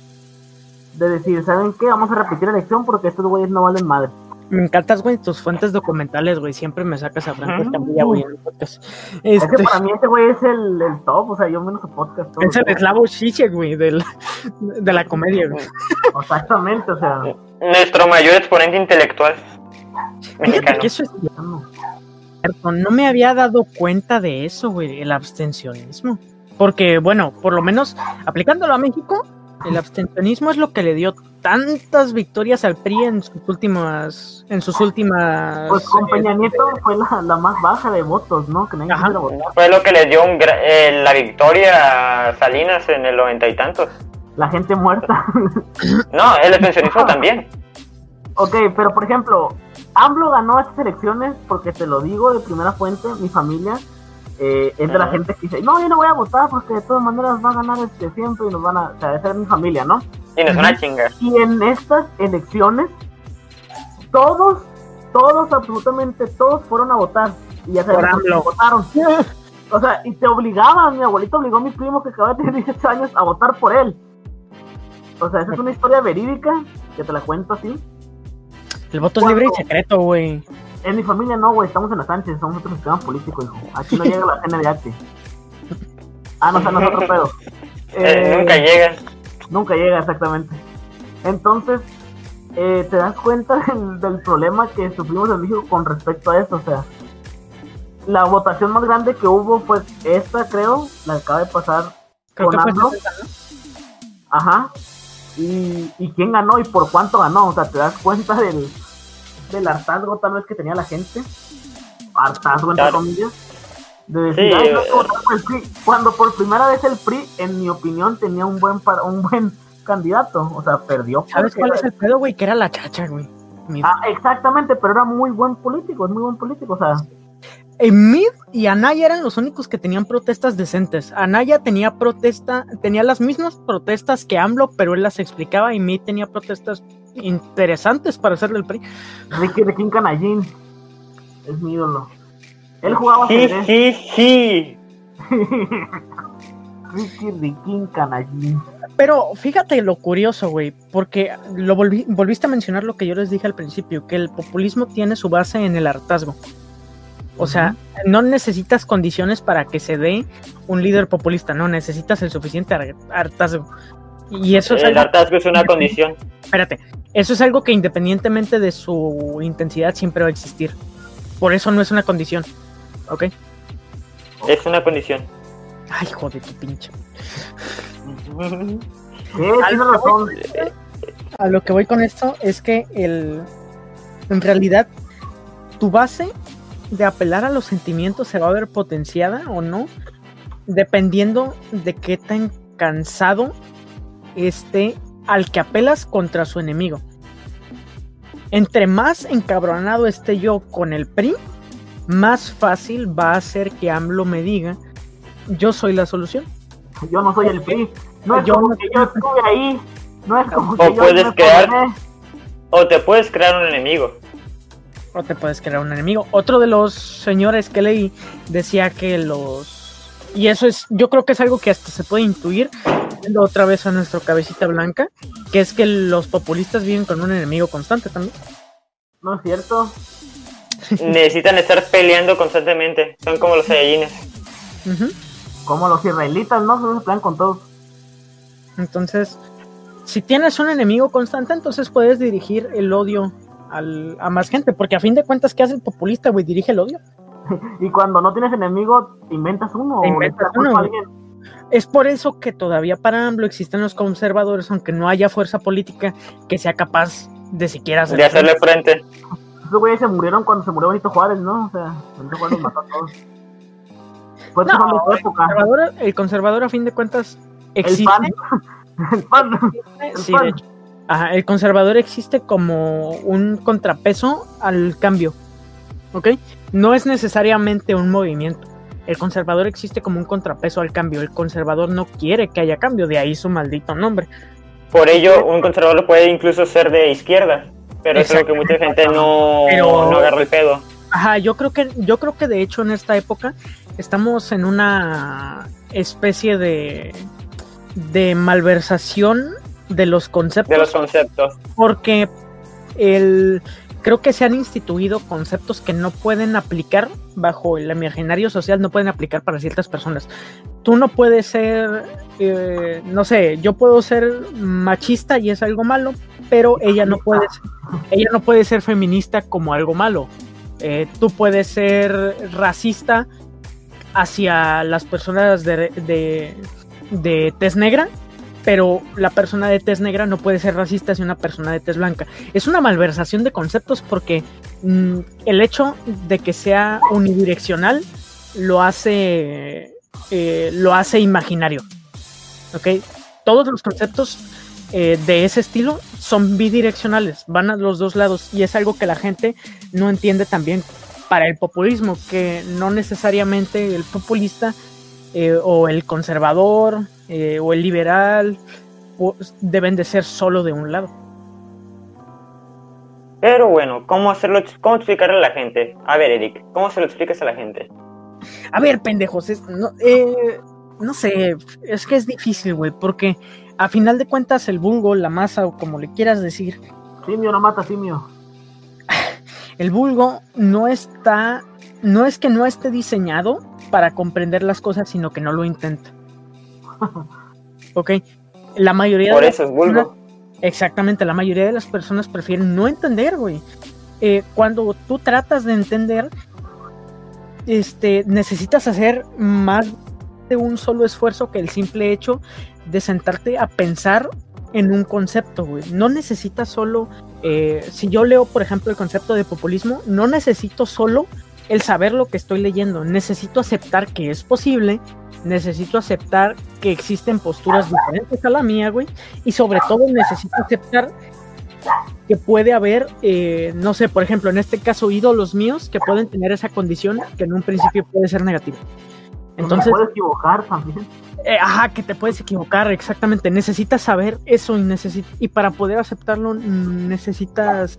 De decir, ¿saben qué? Vamos a repetir la elección porque estos güeyes no valen madre. Me encantas, güey, tus fuentes documentales, güey. Siempre me sacas a Franco Ujú. Escamilla, güey, en el podcast. Es Este, que para mí este güey es el, el top, o sea, yo menos su podcast. todo. es el Slavoj Žižek, güey, del- de la comedia, güey. Exactamente, o sea, Nuestro mayor exponente intelectual Fíjate mexicano. que eso es no. cierto. No me había dado cuenta de eso, güey, el abstencionismo. Porque, bueno, por lo menos aplicándolo a México, el abstencionismo es lo que le dio tantas victorias al P R I en sus últimas, en sus últimas. Pues con Peña eh, Nieto fue la, la más baja de votos, ¿no? Que nadie Ajá. quisiera votar. Fue lo que le dio un gra- eh, la victoria a Salinas en el noventa y tantos. La gente muerta. No, el abstencionismo también. Ok, pero por ejemplo, AMLO ganó estas elecciones porque te lo digo de primera fuente, mi familia eh, es de la Ajá. gente que dice, no, yo no voy a votar porque de todas maneras va a ganar este siempre y nos van a, o sea, esa es mi familia, ¿no? Y no es una chinga. Y en estas elecciones, todos, todos, absolutamente todos fueron a votar. Y ya Por sabemos AMLO. que votaron. O sea, y te obligaban, mi abuelito obligó a mi primo que acaba de tener dieciocho años a votar por él. O sea, esa es una historia verídica, que te la cuento así. El voto es libre y secreto, güey. En mi familia no, güey, estamos en la Sánchez, somos otro sistema político, hijo. Aquí no llega la N D H. Ah, no, o sea, no es otro pedo. Eh, nunca llega. Nunca llega, exactamente. Entonces, eh, te das cuenta del, del problema que sufrimos en México con respecto a eso, o sea, la votación más grande que hubo fue esta, creo, la que acaba de pasar Creo con que fue AMLO. sesenta, ¿no? Ajá. Y, y quién ganó y por cuánto ganó, o sea, te das cuenta del, del hartazgo tal vez que tenía la gente, hartazgo entre Claro. comillas, de decir, Sí, "Ay, no hay eh, que votar por el P R I", cuando por primera vez el P R I, en mi opinión, tenía un buen para, un buen candidato, o sea, perdió. ¿Sabes porque cuál era- es el pedo, güey? Que era la chacha, güey. Mid. Ah, exactamente, pero era muy buen político, es muy buen político, o sea, En Mid y Anaya eran los únicos que tenían protestas decentes. Anaya tenía protesta, tenía las mismas protestas que AMLO, pero él las explicaba, y Mid tenía protestas interesantes para hacerle el P R I. Ricky Ricky Canallín es mi ídolo. Él jugaba Sí, ajedrez. sí, sí. Ricky Ricky Canallín. Pero fíjate lo curioso, güey, porque lo volví, volviste a mencionar lo que yo les dije al principio, que el populismo tiene su base en el hartazgo. O sea, no necesitas condiciones para que se dé un líder populista, no, necesitas el suficiente har- hartazgo. Y eso es El algo, hartazgo es una condición. espérate, eso es algo que independientemente de su intensidad siempre va a existir. Por eso no es una condición, ¿ok? Es una condición. Ay, joder, tu pinche. Sí, tiene razón. A lo que voy con esto es que el, en realidad tu base de apelar a los sentimientos se va a ver potenciada o no, dependiendo de qué tan cansado esté al que apelas contra su enemigo. Entre más encabronado esté yo con el P R I, más fácil va a ser que AMLO me diga: yo soy la solución. Yo no soy el P R I. No es Yo como no- que yo estuve ahí. No es como O que yo puedes me crear- formé. O te puedes crear un enemigo. O te puedes crear un enemigo. Otro de los señores que leí decía que los... Y eso es, yo creo que es algo que hasta se puede intuir, yendo otra vez a nuestro cabecita blanca, que es que los populistas viven con un enemigo constante también. No es cierto. Necesitan estar peleando constantemente. Son como los Saiyajines. Ujú. Como los israelitas, ¿no? No se pelean con todos. Entonces, si tienes un enemigo constante, entonces puedes dirigir el odio al, a más gente, porque a fin de cuentas, ¿qué hace el populista, güey? Dirige el odio. Y cuando no tienes enemigo, inventas uno. Te o le inventas echas culpa uno. a alguien. Es por eso que todavía para AMLO existen los conservadores, aunque no haya fuerza política que sea capaz de siquiera hacer De hacerle frente. Esos güeyes se murieron cuando se murió Benito Juárez, ¿no? O sea, Benito Juárez los mató a todos. Fue No, pasando su el época. conservador, el conservador a fin de cuentas El existe. pan. El pan. El Sí, pan. de hecho. Ajá, el conservador existe como un contrapeso al cambio, ¿ok? No es necesariamente un movimiento. El conservador existe como un contrapeso al cambio. El conservador no quiere que haya cambio, de ahí su maldito nombre. Por ello, un conservador puede incluso ser de izquierda. Pero es algo que mucha gente no, Pero- no agarra el pedo. Ajá, yo creo que, yo creo que de hecho en esta época estamos en una especie de, de malversación de los conceptos. De los conceptos. Porque el, creo que se han instituido conceptos que no pueden aplicar bajo el imaginario social, no pueden aplicar para ciertas personas. Tú no puedes ser, eh, no sé, yo puedo ser machista y es algo malo, pero ella no puede ser, ella no puede ser feminista como algo malo. Eh, tú puedes ser racista hacia las personas de, de, de tez negra, pero la persona de tez negra no puede ser racista hacia una persona de tez blanca. Es una malversación de conceptos porque mmm, el hecho de que sea unidireccional lo hace eh, lo hace imaginario. ¿Ok? Todos los conceptos eh, de ese estilo son bidireccionales, van a los dos lados, y es algo que la gente no entiende también para el populismo, que no necesariamente el populista eh, o el conservador eh, o el liberal pues, deben de ser solo de un lado. Pero bueno, ¿cómo hacerlo? ¿Cómo explicarle a la gente? A ver, Eric, ¿cómo se lo explicas a la gente? A ver, pendejos, es, no, eh, no sé, es que es difícil, güey, porque a final de cuentas el vulgo, la masa o como le quieras decir, simio no mata simio. El vulgo no está, no es que no esté diseñado para comprender las cosas, sino que no lo intenta. Ok, la mayoría Por de eso es vulgo. Exactamente, la mayoría de las personas prefieren no entender, güey. Eh, cuando tú tratas de entender, este, necesitas hacer más de un solo esfuerzo que el simple hecho de sentarte a pensar en un concepto, güey. No necesitas solo, eh, si yo leo, por ejemplo, el concepto de populismo, no necesito solo el saber lo que estoy leyendo, necesito aceptar que es posible, necesito aceptar que existen posturas diferentes a la mía, güey, y sobre todo necesito aceptar que puede haber, eh, no sé, por ejemplo, en este caso, ídolos míos que pueden tener esa condición que en un principio puede ser negativa. Entonces, te puedes equivocar también. Eh, ajá, que te puedes equivocar, exactamente. Necesitas saber eso y, necesi- y para poder aceptarlo necesitas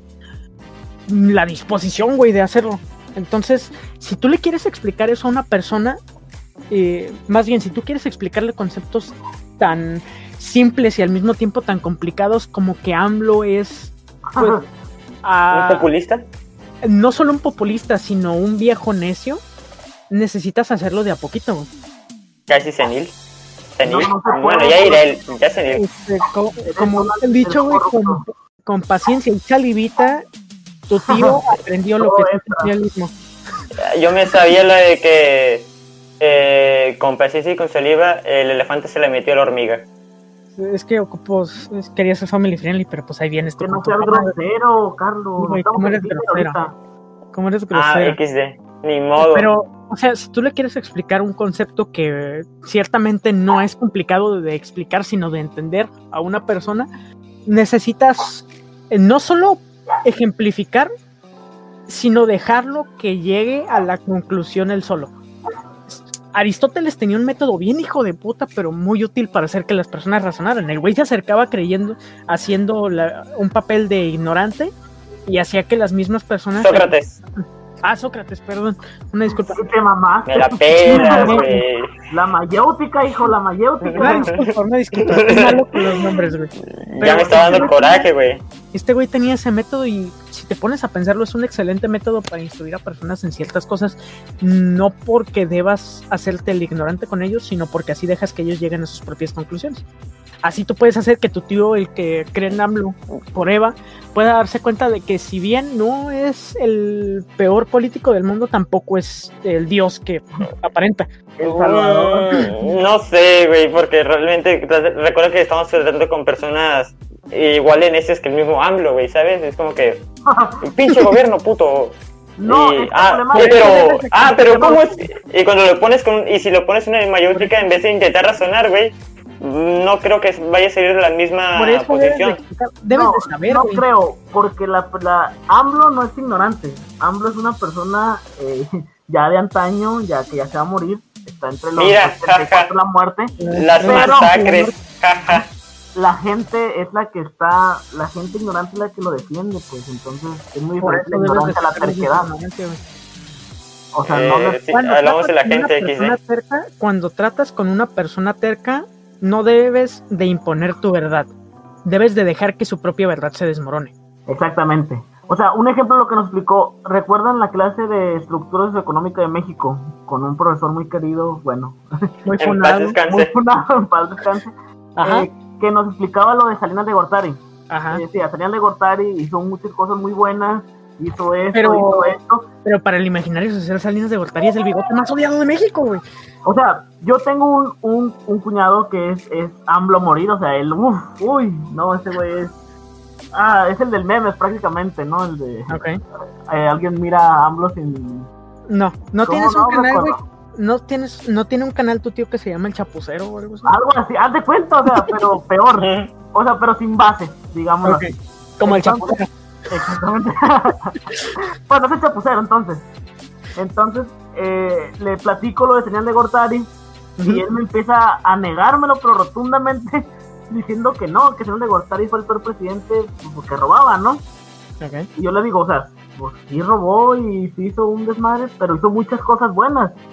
la disposición, güey, de hacerlo. Entonces, si tú le quieres explicar eso a una persona, eh, más bien, si tú quieres explicarle conceptos tan simples y al mismo tiempo tan complicados como que AMLO es, pues, ¿Un populista? No solo un populista, sino un viejo necio, necesitas hacerlo de a poquito, güey. Casi senil. Senil. No, no se puede, bueno, ya iré, el, ya senil. Este, como, como el dicho, güey, con, con paciencia y salivita, tu tío aprendió lo que es el socialismo. Yo me sabía la de que eh, con paciencia y con saliva el elefante se le metió a la hormiga. Es que pues, quería ser family friendly, pero pues ahí vienes tú. Que no seas grosero, Carlos. Güey, ¿cómo eres grosero? ¿Cómo eres grosero? Ah, equis de. Ni modo. Pero, o sea, si tú le quieres explicar un concepto que ciertamente no es complicado de explicar, sino de entender a una persona, necesitas eh, no solo ejemplificar, sino dejarlo que llegue a la conclusión él solo. Aristóteles tenía un método bien hijo de puta, pero muy útil para hacer que las personas razonaran. El güey se acercaba creyendo, haciendo la, un papel de ignorante y hacía que las mismas personas... Sócrates. Ah, Sócrates, perdón. Una disculpa. ¿Qué mamá? Me la pelas, güey. La mayéutica, hijo, la mayéutica. Una disculpa, una disculpa. Es malo con los nombres, güey. Pero ya me está dando coraje, güey. Este güey tenía ese método y si te pones a pensarlo es un excelente método para instruir a personas en ciertas cosas, no porque debas hacerte el ignorante con ellos, sino porque así dejas que ellos lleguen a sus propias conclusiones. Así tú puedes hacer que tu tío, el que cree en AMLO por Eva, pueda darse cuenta de que si bien no es el peor político del mundo, tampoco es el dios que aparenta. Mm, no sé, güey, porque realmente recuerdo que estamos tratando con personas igual en necios que el mismo AMLO, güey, ¿sabes? Es como que pinche gobierno, puto. No, y, es ah, que pero, es ah, pero ¿cómo es? Y cuando lo pones con, y si lo pones una mayéutica en vez de intentar razonar, güey, no creo que vaya a seguir la misma Por eso posición. Debes de, debes no, de saber, no güey. creo, porque la, la AMLO no es ignorante. AMLO es una persona eh, ya de antaño, ya que ya se va a morir, está entre los Mira, jaja, la muerte. las pero, masacres, jaja. La gente es la que está, la gente ignorante es la que lo defiende, pues entonces es muy Por diferente eso la debes de ignorancia a la saber terquedad. ignorante, güey. O sea, Eh, no le... sí, Cuando hablamos de la tratas con gente una equis persona de. terca, cuando tratas con una persona terca, no debes de imponer tu verdad. Debes de dejar que su propia verdad se desmorone. Exactamente. O sea, un ejemplo de lo que nos explicó, ¿recuerdan la clase de estructura socioeconómica de México? Con un profesor muy querido, bueno, Muy En paz funado. descanse. muy funado, en paz descanse, Ajá, eh, que nos explicaba lo de Salinas de Gortari. ajá. Y decía, Salinas de Gortari hizo muchas cosas muy buenas, hizo esto, Pero- hizo esto. Pero para el imaginario social, Salinas de Gortari es el bigote más odiado de México, güey. O sea, yo tengo un, un, un cuñado que es, es AMLO morir, o sea, él, uff, uy, no, ese güey es... Ah, es el del meme prácticamente, ¿no? El de... Ok. Eh, alguien mira a AMLO sin... No, no ¿Cómo tienes un no? canal, güey. Recuerdo. No tienes, no tiene un canal tu tío que se llama El Chapucero o algo así. Algo así, haz de cuenta, o sea, pero peor. O sea, pero sin base, digamos. Ok. Como el Chapucero. Exactamente. Pues no es el chapucero, entonces. Entonces, eh, le platico lo de Señal de Gortari y él me empieza a negármelo, pero rotundamente, diciendo que no, que Señal de Gortari fue el peor presidente pues, porque robaba, ¿no? Ok. Y yo le digo, o sea, pues sí robó y sí hizo un desmadre, pero hizo muchas cosas buenas.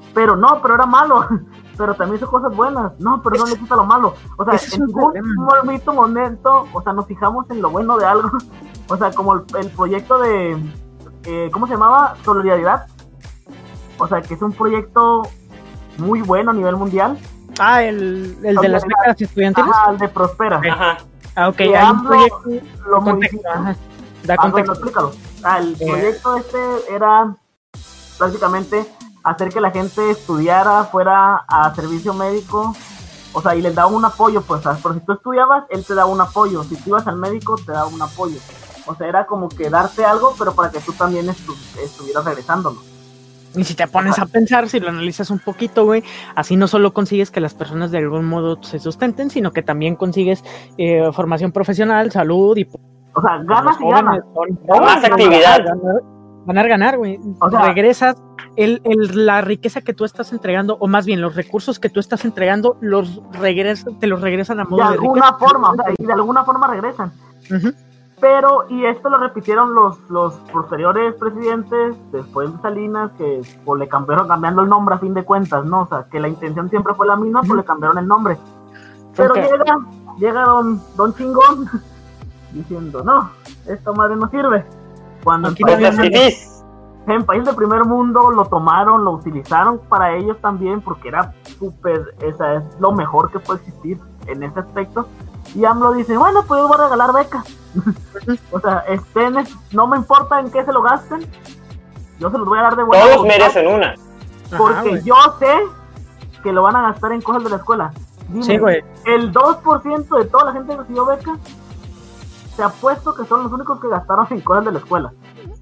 pero no, pero era malo. Pero también hizo cosas buenas. No, pero no le quita lo malo. O sea, es en ningún momento, momento, o sea, nos fijamos en lo bueno de algo. O sea, como el, el proyecto de, eh, ¿cómo se llamaba? Solidaridad. O sea, que es un proyecto muy bueno a nivel mundial. Ah, el, el de las becas estudiantiles. Ajá, el de Prospera. Ajá. Ah, ok, Y hay un AMLO proyecto. lo Contexto, modificó. ajá. Da Ah, bueno, contexto. explícalo. Ah, el Eh. proyecto este era prácticamente hacer que la gente estudiara, fuera a servicio médico, o sea, y les daba un apoyo, pues, ¿sabes? Pero si tú estudiabas, él te daba un apoyo, si tú ibas al médico, te daba un apoyo. O sea, era como que darte algo, pero para que tú también estu- estuvieras regresándolo. Y si te pones a pensar, si lo analizas un poquito, güey, así no solo consigues que las personas de algún modo se sustenten, sino que también consigues eh, formación profesional, salud y... O sea, ganas los y ganas. jóvenes son- Más ganar, actividad. Ganar, ganar, ganar, güey. O sea- regresas, el, el, la riqueza que tú estás entregando, o más bien los recursos que tú estás entregando, los regresan, te los regresan a De modo de, alguna riqueza. forma, o sea, y de alguna forma regresan. Uh-huh. Pero, y esto lo repitieron los, los posteriores presidentes, después de Salinas, que pues, le cambiaron cambiando el nombre a fin de cuentas, ¿no? O sea, que la intención siempre fue la misma, pues le cambiaron el nombre. Pero Okay. llega, llega don, don Chingón, diciendo, no, esta madre no sirve. Cuando en Aquí Los países, fifís. en países del primer mundo lo tomaron, lo utilizaron para ellos también, porque era súper, esa es lo mejor que puede existir en ese aspecto. Y AMLO dice, bueno, pues yo voy a regalar becas. O sea, estén, no me importa en qué se lo gasten, yo se los voy a dar de buena Todos voluntad, merecen una. porque Ajá, güey. yo sé que lo van a gastar en cosas de la escuela. Dime, Sí, güey. el dos por ciento de toda la gente que recibió becas, te apuesto que son los únicos que gastaron en cosas de la escuela.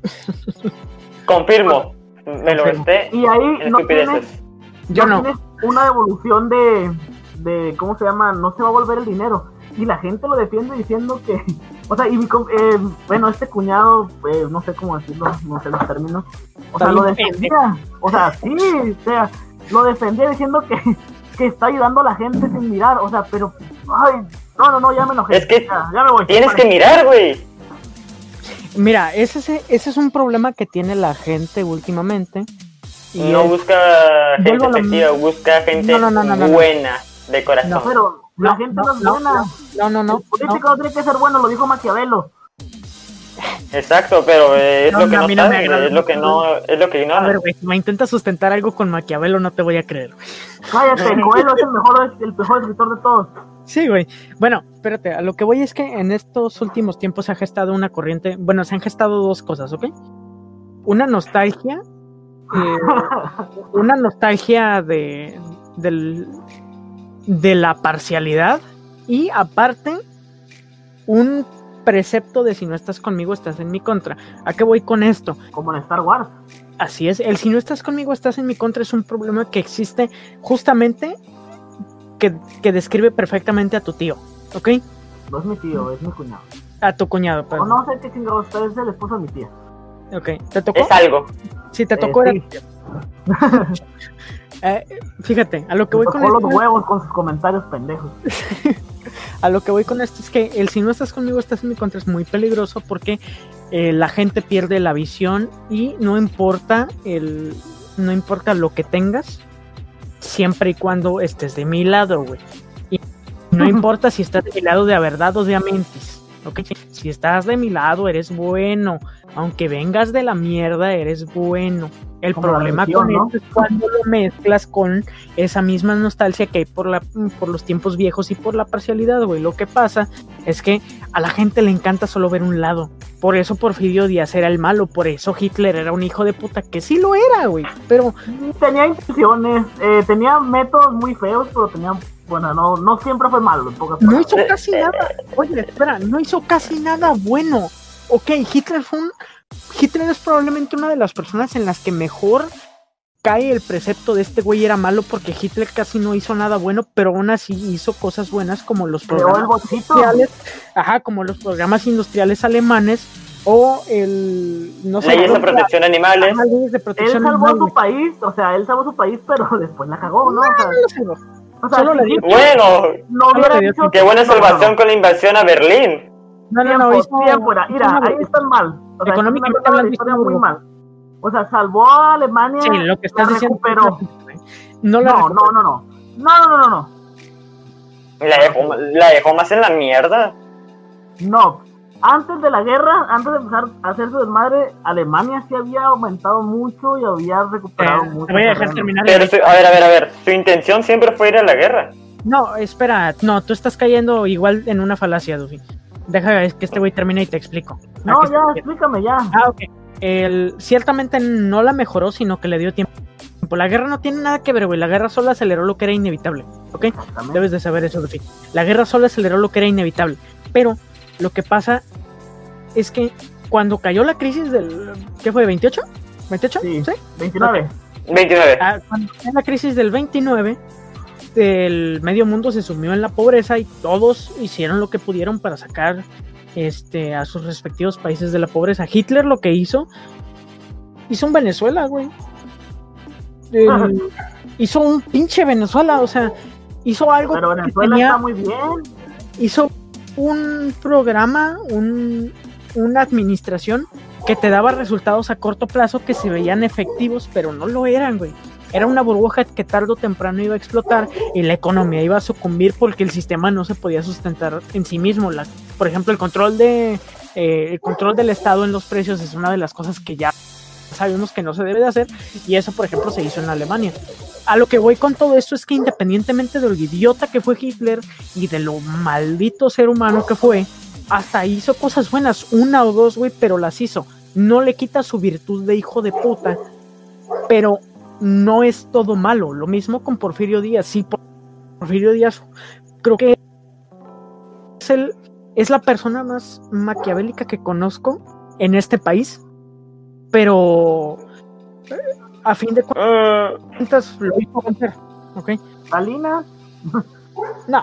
Confirmo. Me lo Confirmo. gasté Y ahí en no tienes, estupideces. Yo no. tienes una devolución de, de, ¿cómo se llama? No se va a volver el dinero. Y la gente lo defiende diciendo que, o sea, y mi com- eh, bueno, este cuñado, eh, no sé cómo decirlo, no sé los términos, o sea, Está lo bien defendía, o sea, sí, o sea, lo defendía diciendo que, que está ayudando a la gente sin mirar, o sea, pero, ay, no, no, no, ya me enojé. Es que ya, ya me voy. Tienes que mirar, güey. Mira, ese, ese, ese es un problema que tiene la gente últimamente. Y No es- busca gente Vuelvo a lo efectiva, busca gente No, no, no, no, no, no. buena de corazón. No. Pero la No, gente no, no, es no, buena. No, no, no. El político no. tiene que ser bueno, lo dijo Maquiavelo. Exacto, pero eh, es No, lo que no, a no mí no me saben, agrada. es lo que no, es lo que A ignoran. ver, güey, si me intentas sustentar algo con Maquiavelo, no te voy a creer. Cállate, Coelho es el mejor, el mejor escritor de todos. Sí, güey. Bueno, espérate, a lo que voy es que en estos últimos tiempos se ha gestado una corriente, bueno, se han gestado dos cosas, ¿ok? Una nostalgia, eh, una nostalgia de, del, de la parcialidad y aparte un precepto de si no estás conmigo estás en mi contra. ¿A qué voy con esto? Como en Star Wars. Así es, el si no estás conmigo estás en mi contra es un problema que existe justamente que, que describe perfectamente a tu tío, ¿ok? No es mi tío, es mi cuñado. A tu cuñado, O perdón. no sé qué chingados, usted es el esposo de mi tía. Ok, ¿te tocó? Es algo. Sí, te tocó. Eh, era- Eh, fíjate, a lo que Me voy con tocó los esto, huevos con sus comentarios pendejos. a lo que voy con esto es que el si no estás conmigo estás en mi contra es muy peligroso porque eh, la gente pierde la visión y no importa el, no importa lo que tengas, siempre y cuando estés de mi lado, güey. Y no importa si estás de mi lado de a verdad o de a mentis, ¿ok? Si estás de mi lado eres bueno, aunque vengas de la mierda eres bueno. El Como la problema religión, con ¿no? esto es cuando lo mezclas con esa misma nostalgia que hay por, la, por los tiempos viejos y por la parcialidad, güey. Lo que pasa es que a la gente le encanta solo ver un lado. Por eso Porfirio Díaz era el malo, por eso Hitler era un hijo de puta, que sí lo era, güey. Pero Tenía intenciones, eh, tenía métodos muy feos, pero tenía, bueno, no, no siempre fue malo, en pocas no palabras. hizo casi nada. Oye, espera, no hizo casi nada bueno. Ok, Hitler fue un... Hitler es probablemente una de las personas en las que mejor cae el precepto de este güey era malo porque Hitler casi no hizo nada bueno, pero aún así hizo cosas buenas como los Creó el programas bochito. industriales, ajá, como los programas industriales alemanes o el no sé, Leyes de creo que- protección de animales. ajá, leyes de Él protección salvó animal, su güey. país, o sea, él salvó su país, pero después la cagó, ¿no? O sea, No lo salvó. o sea, Solo si le dio- Hitler Bueno, no solo hubiera le dio dicho qué buena no, salvación no, con la invasión a Berlín. No, no, tiempo, no, hizo- tiempo, era, mira, hizo una- ahí están mal. O sea, Económicamente están hablando, la historia hizo muy una- mal. O sea, salvó a Alemania, Sí, lo que estás la diciendo. recuperó. No, la no, no, no, no, no, no, no, no. La dejó, la dejó más en la mierda. No, antes de la guerra, antes de empezar a hacer su desmadre, Alemania sí había aumentado mucho y había recuperado Eh, mucho. te voy a dejar terreno. terminar. Pero, su- a ver, a ver, a ver. Su intención siempre fue ir a la guerra. No, espera, no, tú estás cayendo igual en una falacia, Duffy. Deja que este güey termine y te explico. No, ¿A qué ya, se- explícame ya. Ah, ok. El, ciertamente no la mejoró, sino que le dio tiempo. La guerra no tiene nada que ver, güey. La guerra solo aceleró lo que era inevitable, ¿ok? Exactamente. Debes de saber eso, Duffy. La guerra solo aceleró lo que era inevitable. Pero lo que pasa es que cuando cayó la crisis del... ¿Qué fue? ¿veintiocho? ¿veintiocho? Sí, veintinueve. veintinueve. Ah, cuando cayó la crisis del veintinueve, el medio mundo se sumió en la pobreza y todos hicieron lo que pudieron para sacar este, a sus respectivos países de la pobreza. Hitler lo que hizo, hizo un Venezuela, güey. El- hizo un pinche Venezuela, o sea, hizo algo Pero que Venezuela tenía- está muy bien. hizo un programa, un, una administración que te daba resultados a corto plazo que se veían efectivos, pero no lo eran, güey. Era una burbuja que tarde o temprano iba a explotar y la economía iba a sucumbir porque el sistema no se podía sustentar en sí mismo. La, por ejemplo, el control de eh, el control del Estado en los precios es una de las cosas que ya sabemos que no se debe de hacer, y eso, por ejemplo, se hizo en Alemania. A lo que voy con todo esto es que independientemente de lo idiota que fue Hitler y de lo maldito ser humano que fue, hasta hizo cosas buenas, una o dos, güey, pero las hizo. No le quita su virtud de hijo de puta, pero no es todo malo. Lo mismo con Porfirio Díaz. Sí, Porfirio Díaz creo que es, el, es la persona más maquiavélica que conozco en este país, pero a fin de cuentas Mm, lo hizo vencer, ¿ok? Salinas, No, a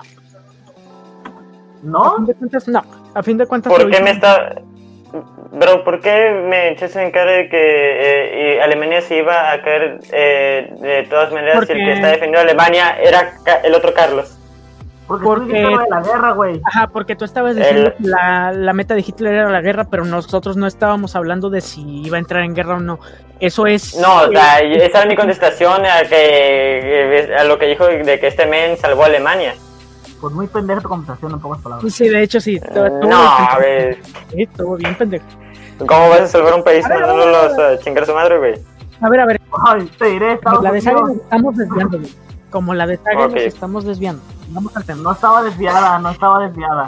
¿no? fin de cuentas, no. A fin de cuentas ¿Por lo qué hizo me está... Bro, ¿por qué me echaste en cara de que eh, y Alemania se iba a caer eh, de todas maneras Porque- si el que está defendiendo a Alemania era Ca- el otro Carlos? Porque, Porque- tú dijiste lo de la guerra, güey. Ajá, porque tú estabas diciendo El- que la, la meta de Hitler era la guerra, pero nosotros no estábamos hablando de si iba a entrar en guerra o no. Eso es... No, o sea, esa era mi contestación a, que, a lo que dijo de que este men salvó a Alemania. Pues muy pendeja tu conversación, en pocas palabras. Sí, de hecho sí. Estuvo- estuvo No, bien a pendejo. ver, Sí, estuvo bien pendejo. ¿cómo vas a salvar un país A ver, mandándolos a chingar a su madre, güey? A ver, a ver, Ay, te diré, Estados la de Saga Unidos. nos estamos desviando, güey. Como la de Saga Ok. nos estamos desviando. Vamos al tema. No estaba desviada, no estaba desviada.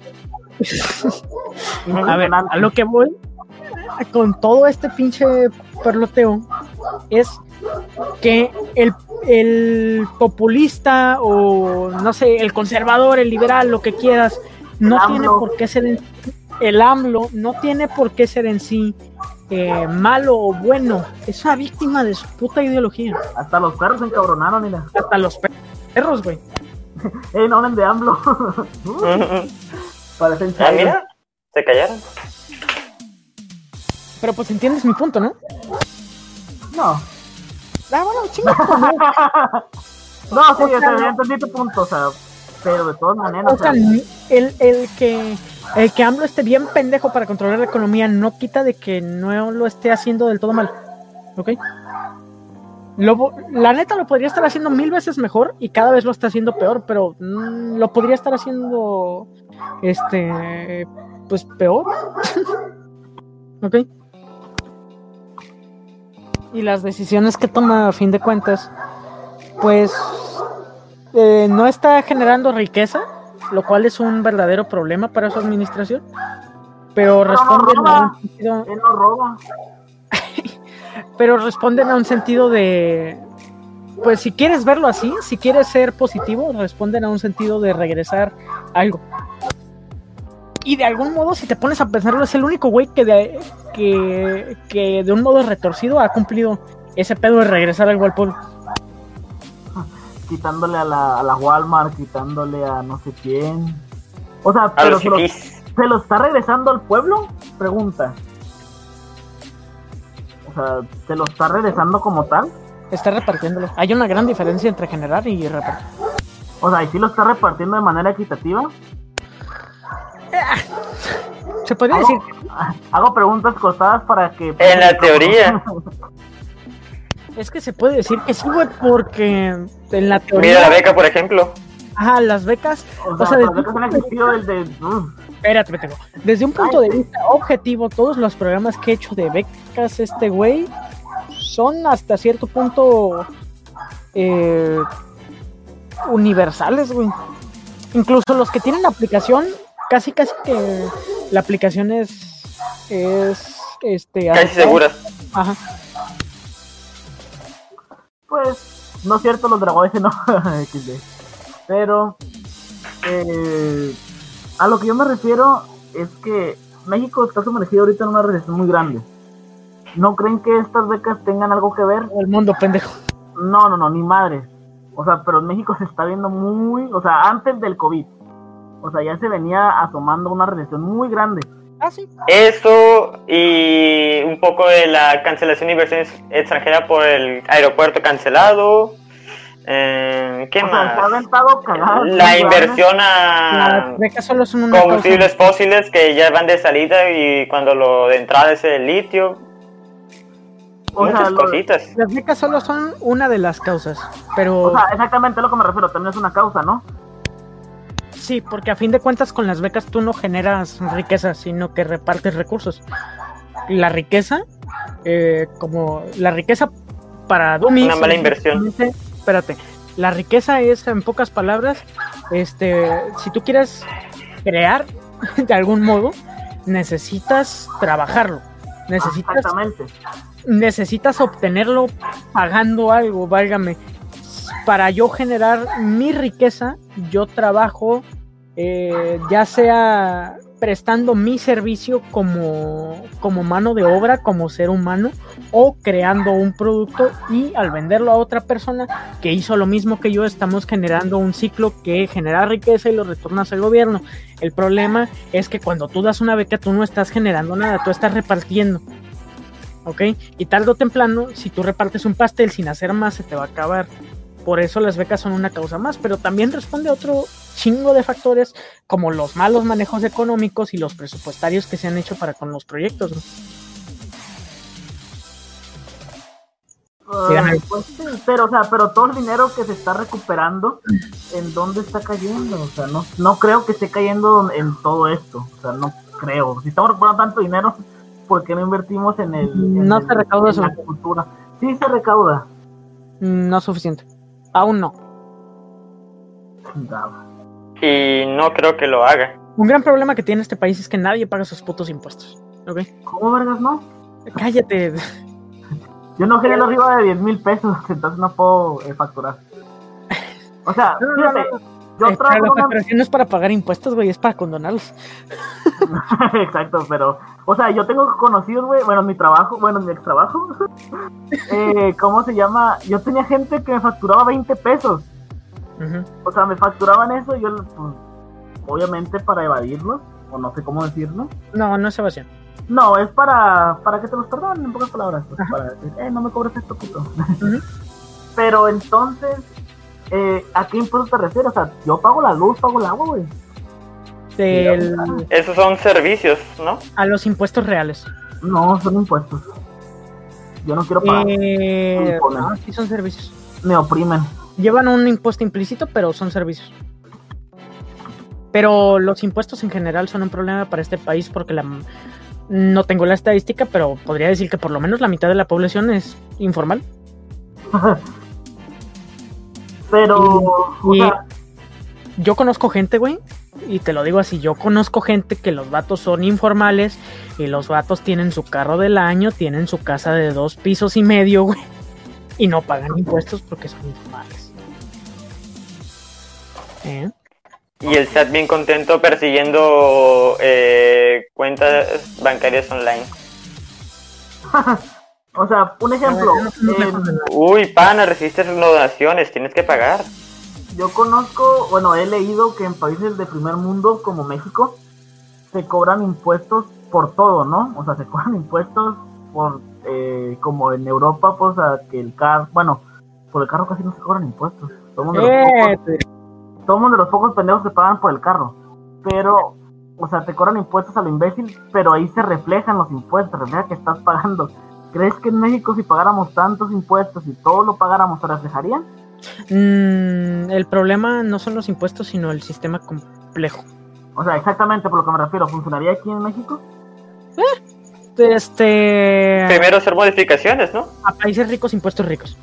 A ver, a lo que voy con todo este pinche perloteo es que el, el populista o no sé, el conservador, el liberal, lo que quieras, no El tiene AMLO. por qué ser en, el AMLO no tiene por qué ser en sí eh, malo o bueno, es una víctima de su puta ideología. Hasta los perros se encabronaron, mira. Hasta los perros, güey. Eh, no hablen de AMLO. Uh, Parecen Ah, chairos. mira, se callaron. Pero pues entiendes mi punto, ¿no? No. Ah, bueno, chinga. No, sí, O sea, o sea, no. ya entendí tu punto, o sea, pero de todas maneras, O sea, el, el que el que AMLO esté bien pendejo para controlar la economía no quita de que no lo esté haciendo del todo mal, ¿ok? Lo, la neta lo podría estar haciendo mil veces mejor y cada vez lo está haciendo peor, pero mm, lo podría estar haciendo este pues peor. ¿Ok? Y las decisiones que toma a fin de cuentas pues eh, no está generando riqueza, lo cual es un verdadero problema para su administración, pero no responden roba. a un sentido, él no roba. pero responden a un sentido de, pues si quieres verlo así, si quieres ser positivo, responden a un sentido de regresar algo. Y de algún modo, si te pones a pensarlo, es el único güey que de, que, que de un modo retorcido ha cumplido ese pedo de regresar algo al pueblo. Quitándole a la, a la Walmart, quitándole a no sé quién. O sea, A pero los se lo, hippies. ¿se lo está regresando al pueblo? Pregunta. O sea, ¿se lo está regresando como tal? Está repartiéndolo. Hay una gran diferencia entre generar y repartir. O sea, ¿y si lo está repartiendo de manera equitativa? Se podría Hago, decir, hago preguntas costadas para que... En la teoría. Es que se puede decir que sí, güey, porque en la teoría... Mira la beca, por ejemplo. Ajá, las becas... O sea, o sea, las desde, becas han existido desde... Uh, espérate, me tengo. Desde un punto de vista objetivo, todos los programas que he hecho de becas, este güey, son hasta cierto punto eh, universales, güey. Incluso los que tienen aplicación, casi casi que la aplicación es... es este, Casi segura. Ajá. pues, no es cierto, los dragones no. equis de. Pero, eh, a lo que yo me refiero es que México está sumergido ahorita en una recesión muy grande. ¿No creen que estas becas tengan algo que ver? El mundo, pendejo. No, no, no, ni madre. O sea, pero en México se está viendo muy... O sea, antes del COVID. O sea, ya se venía asomando una recesión muy grande. Ah, sí. Eso y un poco de la cancelación de inversiones extranjeras por el aeropuerto cancelado. Eh, ¿Qué o más? sea, se ha aventado cagadas La muy inversión a Las becas solo son una combustibles causa. fósiles que ya van de salida y cuando lo de entrada es el litio. O Muchas sea, lo- cositas. Las becas solo son una de las causas, pero O sea, exactamente a lo que me refiero, también es una causa, ¿no? sí, porque a fin de cuentas con las becas tú no generas riqueza, sino que repartes recursos. La riqueza, eh, como la riqueza para Dummies, Una mala inversión. Espérate, la riqueza es, en pocas palabras, este, si tú quieres crear de algún modo, necesitas trabajarlo, necesitas, Exactamente. necesitas obtenerlo pagando algo, válgame. Para yo generar mi riqueza, yo trabajo, eh, ya sea prestando mi servicio como, como mano de obra, como ser humano, o creando un producto y al venderlo a otra persona que hizo lo mismo que yo, estamos generando un ciclo que genera riqueza y lo retornas al gobierno. El problema es que cuando tú das una beca, tú no estás generando nada, tú estás repartiendo. ¿Ok? Y tarde o temprano, si tú repartes un pastel sin hacer más, se te va a acabar. Por eso las becas son una causa más, pero también responde a otro chingo de factores como los malos manejos económicos y los presupuestarios que se han hecho para con los proyectos, ¿no? Uh, Dígame. pues sí, pero, o sea, pero todo el dinero que se está recuperando, ¿en dónde está cayendo? O sea, no, no creo que esté cayendo en todo esto. O sea, no creo. Si estamos recuperando tanto dinero, ¿por qué no invertimos en el en No el- se recauda en la suficiente. cultura? Sí se recauda. No suficiente. Aún no. Chingado. Y no creo que lo haga. Un gran problema que tiene este país es que nadie paga sus putos impuestos. ¿Ok? ¿Cómo vergas no? Cállate. Yo no genero arriba de diez mil pesos, entonces no puedo eh, facturar. O sea, No, no, fíjate, no, yo Eh, pero trabajo la en una... facturación no es para pagar impuestos, güey, es para condonarlos. Exacto, pero... O sea, yo tengo conocidos, güey, bueno, en mi trabajo, bueno, en mi ex trabajo. eh, ¿Cómo se llama? Yo tenía gente que me facturaba veinte pesos. Uh-huh. O sea, me facturaban eso y yo, pues, obviamente para evadirlos, o no sé cómo decirlo. No, no es evasión. No, es para, para que te los perdonen, en pocas palabras. Pues, para decir, eh, no me cobres esto, puto. Uh-huh. Pero entonces, eh, ¿a qué impuesto te refieres? O sea, yo pago la luz, pago el agua, güey. Del- Esos son servicios, ¿no? a los impuestos reales. No, son impuestos. Yo no quiero pagar. Eh, imponen. no, sí son servicios. Me oprimen. Llevan un impuesto implícito, pero son servicios. Pero los impuestos en general son un problema para este país porque la, no tengo la estadística, pero podría decir que por lo menos la mitad de la población es informal. Pero, o Y sea, yo conozco gente, güey, y te lo digo así, yo conozco gente que los vatos son informales y los vatos tienen su carro del año, tienen su casa de dos pisos y medio, güey, y no pagan impuestos porque son informales. ¿Eh? Y el S A T bien contento persiguiendo eh, cuentas bancarias online. o sea, un ejemplo. eh, Uy, pana, resistes donaciones, tienes que pagar. yo conozco, bueno, he leído que en países de primer mundo como México se cobran impuestos por todo, ¿no? O sea, se cobran impuestos por, eh, como en Europa, pues, a que el carro, bueno, por el carro casi no se cobran impuestos. Somos de los Eh, pocos, somos de los pocos pendejos que pagan por el carro. Pero, o sea, te cobran impuestos a lo imbécil, pero ahí se reflejan los impuestos, se refleja que estás pagando. ¿crees que en México si pagáramos tantos impuestos y todo lo pagáramos se reflejaría? Mm, el problema no son los impuestos, sino el sistema complejo. O sea, exactamente por lo que me refiero, ¿funcionaría aquí en México? Este... Primero hacer modificaciones, ¿no? A países ricos, impuestos ricos.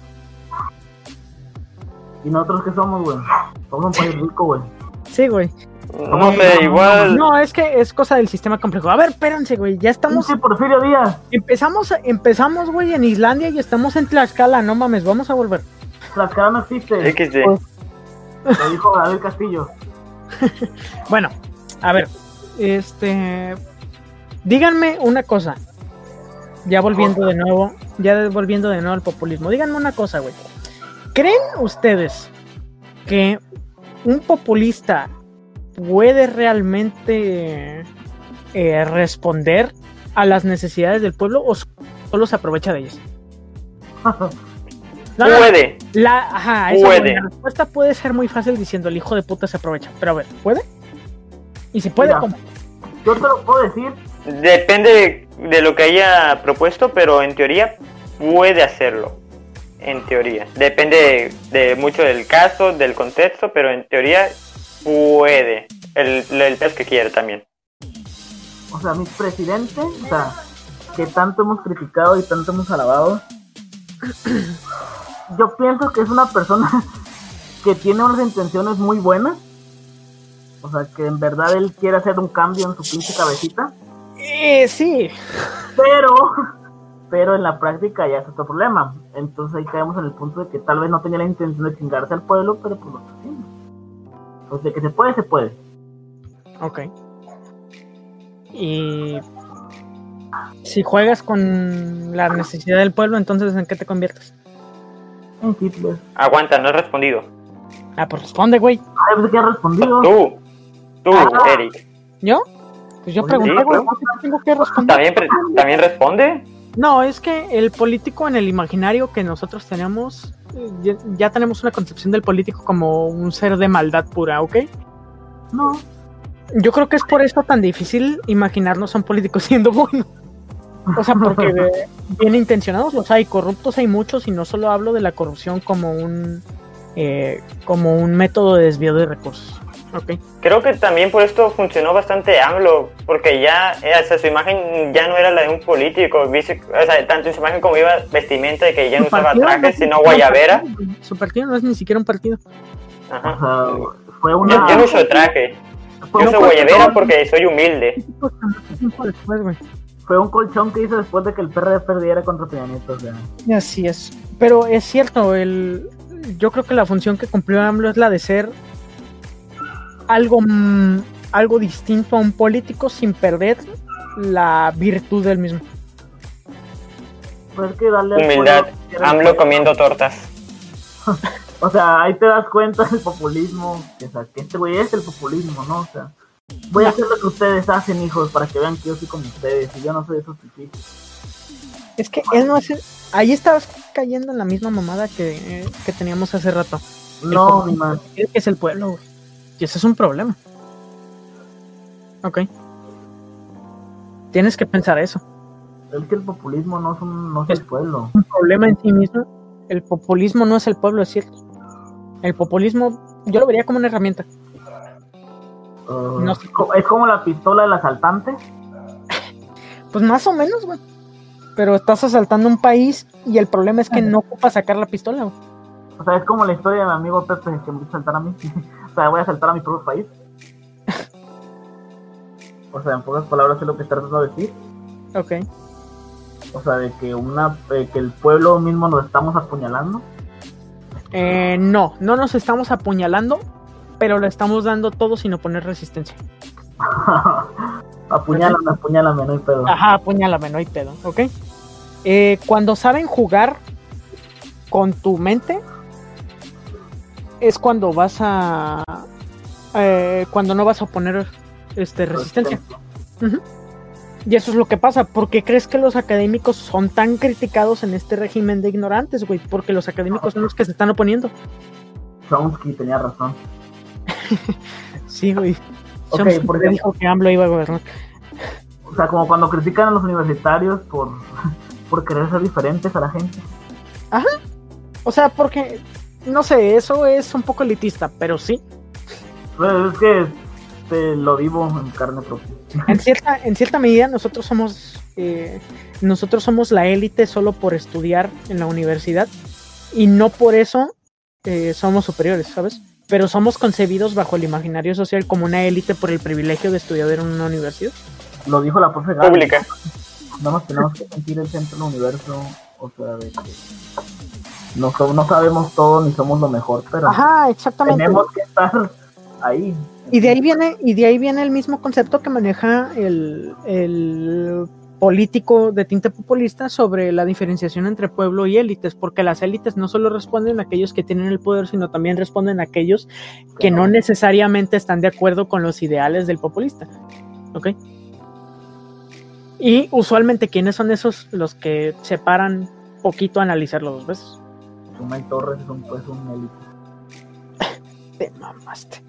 ¿Y nosotros qué somos, güey? Somos un país rico, güey. Sí, güey. No sé, igual... No, es que es cosa del sistema complejo. A ver, espérense, güey, ya estamos... Sí, Porfirio Díaz. Empezamos, empezamos, güey, en Islandia y estamos en Tlaxcala, no mames, vamos a volver. Tlaxcala no existe. equis de. Lo dijo David Castillo. Bueno, a ver, este... díganme una cosa. Ya volviendo de nuevo, ya volviendo de nuevo al populismo. Díganme una cosa, güey. ¿Creen ustedes que un populista puede realmente eh, responder a las necesidades del pueblo o solo se aprovecha de ellas? No, no, Puede. La, ajá, eso, Puede. güey, la respuesta puede ser muy fácil diciendo el hijo de puta se aprovecha. Pero a ver, ¿puede? Y si puede, Mira, ¿cómo? Yo te lo puedo decir. Depende de, de lo que haya propuesto, pero en teoría puede hacerlo. En teoría. Depende de, de mucho del caso, del contexto, pero en teoría puede. El, el pez que quiere también. O sea, mi presidente, o sea, que tanto hemos criticado y tanto hemos alabado, yo pienso que es una persona que tiene unas intenciones muy buenas. O sea, que en verdad él quiere hacer un cambio en su pinche cabecita. Eh, sí. Pero, pero en la práctica ya es otro problema. Entonces ahí caemos en el punto de que tal vez no tenía la intención de chingarse al pueblo, pero pues lo está haciendo. Pues de que se puede, se puede. Ok. Y si juegas con la necesidad del pueblo, entonces ¿en qué te conviertes? En Hitler. Aguanta, no he respondido. Ah, pues responde, güey. Ay, pues que ha respondido. Tú, tú, Ah. Eric. ¿Yo? Pues yo Sí, pregunté, güey, ¿no? ¿por qué tengo que responder? ¿También, pre- ¿También responde? No, es que el político en el imaginario que nosotros tenemos, eh, ya, ya tenemos una concepción del político como un ser de maldad pura, ¿ok? No. Yo creo que es por eso tan difícil imaginarnos a un político siendo bueno. O sea, porque eh, bien intencionados los hay, corruptos hay muchos, y no solo hablo de la corrupción como un eh, como un método de desvío de recursos. Okay. Creo que también por esto funcionó bastante AMLO, porque ya, eh, o sea, su imagen ya no era la de un político, ¿viste? O sea, tanto en su imagen como iba vestimenta, de que ya no Su usaba partido no trajes, es sino ni siquiera un guayabera. partido, Su partido no es ni siquiera un partido. Ajá. O sea, fue Yo, una. yo no uso traje, fue yo un uso guayabera colchón- porque soy humilde. Tiempo después, güey. Fue un colchón que hizo después de que el P R D perdiera contra Peña Nieto, o sea. Así es. Pero es cierto, el yo creo que la función que cumplió AMLO es la de ser algo, mm, algo distinto a un político sin perder la virtud del mismo. Pues que darle al Humildad, pueblo que era el AMLO pueblo. comiendo tortas. O sea, ahí te das cuenta del populismo. O sea, que este güey es el populismo, ¿no? O sea, voy a hacer lo que ustedes hacen, hijos, para que vean que yo soy como ustedes y yo no soy esos chiquitos. Es que él no hace... Ahí estabas cayendo en la misma mamada que, eh, que teníamos hace rato. El No, pueblo mi man. que es el pueblo, güey. Y ese es un problema. Ok. Tienes que pensar eso. Es que el populismo no es, un, no es el pueblo. Un problema en sí mismo. El populismo no es el pueblo, es cierto. El populismo yo lo vería como una herramienta. Uh, No sé. Es como la pistola del asaltante. Pues más o menos, güey. Pero estás asaltando un país y el problema es que no ocupas sacar la pistola, güey. O sea, es como la historia de mi amigo Pepe que me quiso saltar a mí. O sea, voy a saltar a mi propio país. O sea, en pocas palabras es lo que está tratando de decir. Ok. O sea, de que una eh, que el pueblo mismo nos estamos apuñalando. Eh, no, no nos estamos apuñalando, pero le estamos dando todo sin oponer resistencia. Apuñálame, apuñálame, no hay pedo. Ajá, apuñálame, no hay pedo, ¿ok? Eh, cuando saben jugar con tu mente, es cuando vas a... Eh, cuando no vas a oponer este, resistencia. Uh-huh. Y eso es lo que pasa. ¿Por qué crees que los académicos son tan criticados en este régimen de ignorantes, güey? Porque los académicos son los que se están oponiendo. Chomsky tenía razón. Sí, güey. Ok, Chomsky por dijo ejemplo. que AMLO iba a gobernar. O sea, como cuando critican a los universitarios por, por querer ser diferentes a la gente. Ajá. O sea, porque, no sé, eso es un poco elitista, pero sí. Pues es que te lo vivo en carne propia. En cierta, en cierta medida nosotros somos eh, nosotros somos la élite solo por estudiar en la universidad y no por eso eh, somos superiores, ¿sabes? Pero somos concebidos bajo el imaginario social como una élite por el privilegio de estudiar en una universidad. Lo dijo la profe Gaby. Pública. No nos tenemos que sentir el centro del universo, o sea, de que no, so- no sabemos todo ni somos lo mejor, pero Ajá, exactamente. tenemos que estar ahí. Y de ahí viene, y de ahí viene el mismo concepto que maneja el, el político de tinte populista sobre la diferenciación entre pueblo y élites, porque las élites no solo responden a aquellos que tienen el poder, sino también responden a aquellos que no necesariamente están de acuerdo con los ideales del populista. ¿Ok? Y usualmente, ¿quiénes son esos los que se paran poquito a analizarlo dos veces? Sumay Torres es un, pues, un élite. Te mamaste.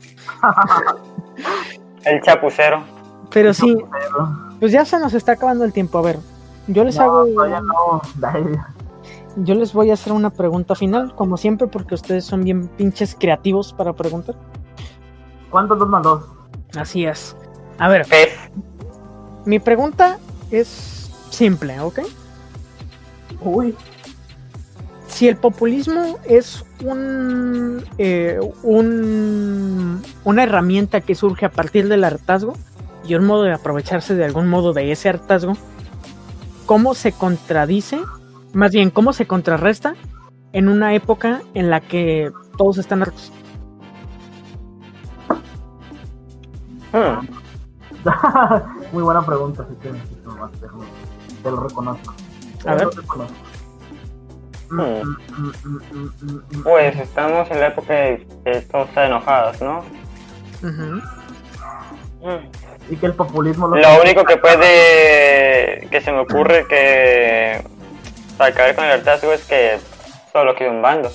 El chapucero. Pero sí, Pero, pues ya se nos está acabando el tiempo. A ver, yo les no, hago... todavía no. Dale. Yo les voy a hacer una pregunta final, como siempre, porque ustedes son bien pinches creativos para preguntar. ¿Cuántos dos más dos? Así es. A ver, Pez. mi pregunta es simple, ¿ok? Uy, Si el populismo es un, eh, un una herramienta que surge a partir del hartazgo y un modo de aprovecharse de algún modo de ese hartazgo, ¿cómo se contradice? Más bien, ¿cómo se contrarresta en una época en la que todos están hartos? Hmm. muy buena pregunta, así que sí, no, más, te, lo, te lo reconozco. A Te ver. lo reconozco. Hmm. Mm, mm, mm, mm, mm, mm. Pues estamos en la época de que todos están enojados, ¿no? Ujú. Hmm. Y que el populismo Lo único que puede, que se me ocurre que para acabar con el hartazgo es que solo queda un bando.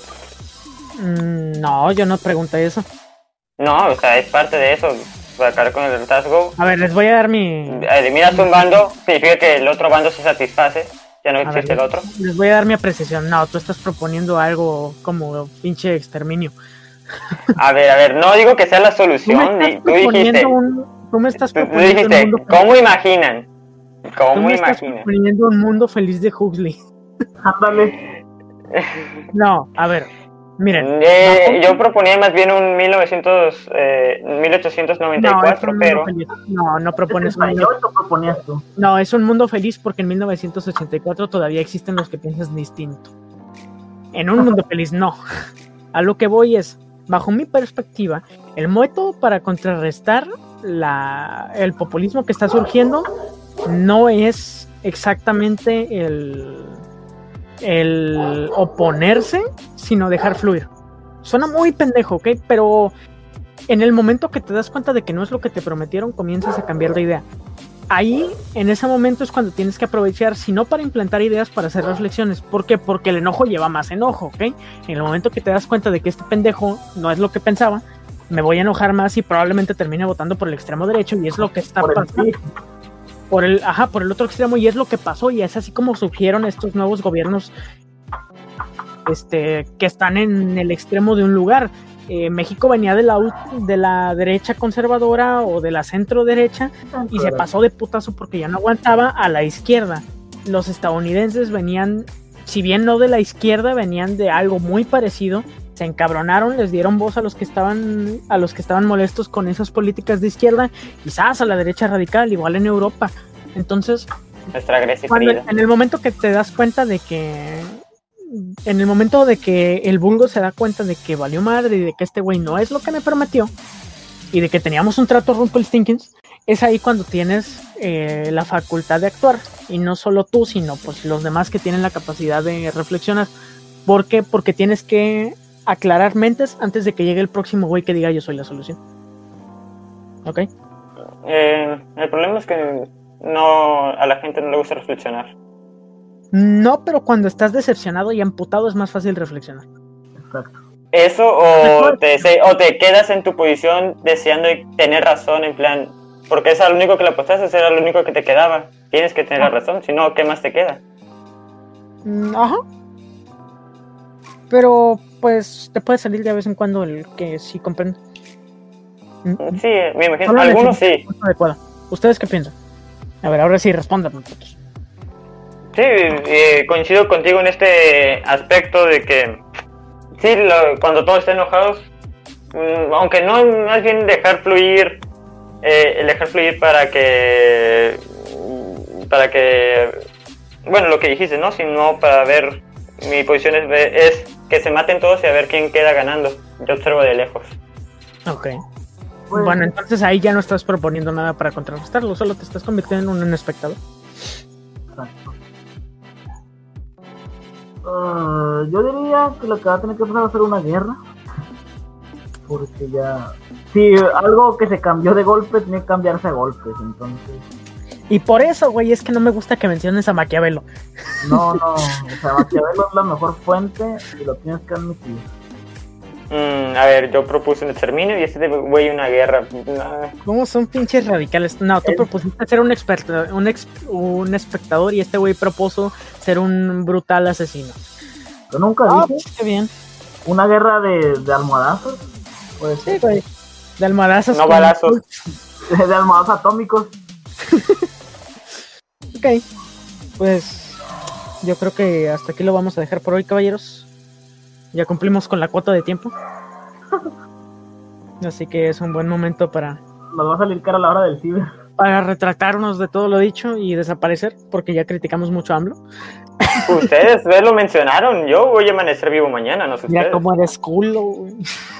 Mm, no, yo no pregunté eso. No, o sea, es parte de eso. Para acabar con el hartazgo, A ver, les voy a dar mi... eliminas un bando, significa que el otro bando se satisface, ya no A ver, existe el otro. les voy a dar mi apreciación. No, tú estás proponiendo algo como pinche exterminio. A ver, a ver, no digo que sea la Tú me solución, estás di- tú dijiste, proponiendo un, tú me estás tú, tú proponiendo un dijiste, mundo ¿cómo imaginan? Tú ¿Cómo me estás imaginan? proponiendo un mundo feliz de Huxley. Ándale. No, a ver, miren. Eh, yo proponía más bien un mil novecientos, eh, mil ochocientos noventa y No, es cuatro, un pero mundo feliz. No, no propones un sesenta y mundo... ocho proponías tú. No, es un mundo feliz porque en mil novecientos ochenta y cuatro todavía existen los que piensan distinto. En un mundo feliz no. A lo que voy es, bajo mi perspectiva, el método para contrarrestar la, el populismo que está surgiendo no es exactamente el, el oponerse, sino dejar fluir. Suena muy pendejo, ¿ok? Pero en el momento que te das cuenta de que no es lo que te prometieron, comienzas a cambiar de idea. Ahí, en ese momento es cuando tienes que aprovechar, si no para implantar ideas, para hacer reflexiones. ¿Por qué? Porque el enojo lleva más enojo, ¿ok? En el momento que te das cuenta de que este pendejo no es lo que pensaba, me voy a enojar más y probablemente termine votando por el extremo derecho y es lo que está Por el pasando. sí. Por el, ajá, por el otro extremo y es lo que pasó y es así como surgieron estos nuevos gobiernos este, que están en el extremo de un lugar. Eh, México venía de la, de la derecha conservadora o de la centro derecha y se pasó de putazo porque ya no aguantaba a la izquierda. Los estadounidenses venían, si bien no de la izquierda, venían de algo muy parecido. Se encabronaron, les dieron voz a los que estaban a los que estaban molestos con esas políticas de izquierda, quizás a la derecha radical, igual en Europa. Entonces, nuestra cuando, agresividad. en el momento que te das cuenta de que en el momento de que el vulgo se da cuenta de que valió madre y de que este güey no es lo que me prometió y de que teníamos un trato Rumpelstiltskin, es ahí cuando tienes eh, la facultad de actuar, y no solo tú, sino pues los demás que tienen la capacidad de reflexionar. ¿Por qué? Porque tienes que aclarar mentes antes de que llegue el próximo güey que diga yo soy la solución. ¿Ok? Eh, el problema es que no, a la gente no le gusta reflexionar. No, pero cuando estás decepcionado y amputado es más fácil reflexionar. Exacto. Eso o te, o te quedas en tu posición deseando tener razón, en plan, porque es lo único que le apostaste, era lo único que te quedaba. Tienes que tener razón, si no, ¿qué más te queda? Mm, ajá. Pero pues te puede salir de vez en cuando el que sí comprende. Sí, me imagino. Solo Algunos sí. Adecuado. ¿Ustedes qué piensan? A ver, ahora sí respondan nosotros. Sí, eh, coincido contigo en este aspecto de que sí, lo, cuando todos están enojados, mmm, aunque no, más bien dejar fluir, eh, el dejar fluir para que, para que, bueno, lo que dijiste, ¿no? Sino para ver, mi posición es, es que se maten todos y a ver quién queda ganando. Yo observo de lejos. Ok. Pues, bueno, entonces ahí ya no estás proponiendo nada para contrarrestarlo, solo te estás convirtiendo en un espectador. Exacto. Uh, yo diría que lo que va a tener que pasar va a ser una guerra. Porque ya... Si algo que se cambió de golpe, tiene que cambiarse a golpes, entonces... Y por eso, güey, es que no me gusta que menciones a Maquiavelo. No, no, o sea, Maquiavelo es la mejor fuente y lo tienes que admitir. Mm, a ver, yo propuse un exterminio y este güey una guerra. ¿Cómo son pinches radicales? No, tú El... propusiste ser un experto, un, ex, un espectador y este güey propuso ser un brutal asesino. Yo nunca ah, dije. Pues, qué bien. Una guerra de, de almohadazos. Pues sí, güey. De almohadazos. No balazos. De, de almohadazos atómicos. Ok. Pues yo creo que hasta aquí lo vamos a dejar por hoy, caballeros. Ya cumplimos con la cuota de tiempo. Así que es un buen momento para... Nos va a salir cara a la hora del ciber. Para retractarnos de todo lo dicho y desaparecer, porque ya criticamos mucho a AMLO. Ustedes, ¿ves? Lo mencionaron. Yo voy a amanecer vivo mañana, no sé ustedes. Ya como eres culo, güey.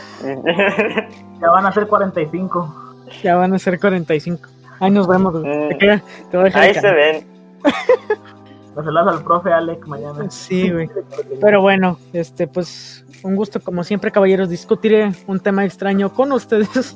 Ya van a ser cuarenta y cinco. Ya van a ser cuarenta y cinco. Ahí nos vemos, güey. Mm. Te, queda, te voy a dejar Ahí acá. se ven. Pues se las al profe Alec mañana. Sí, güey. Pero bueno, este, pues, un gusto, como siempre, caballeros. Discutiré un tema extraño con ustedes.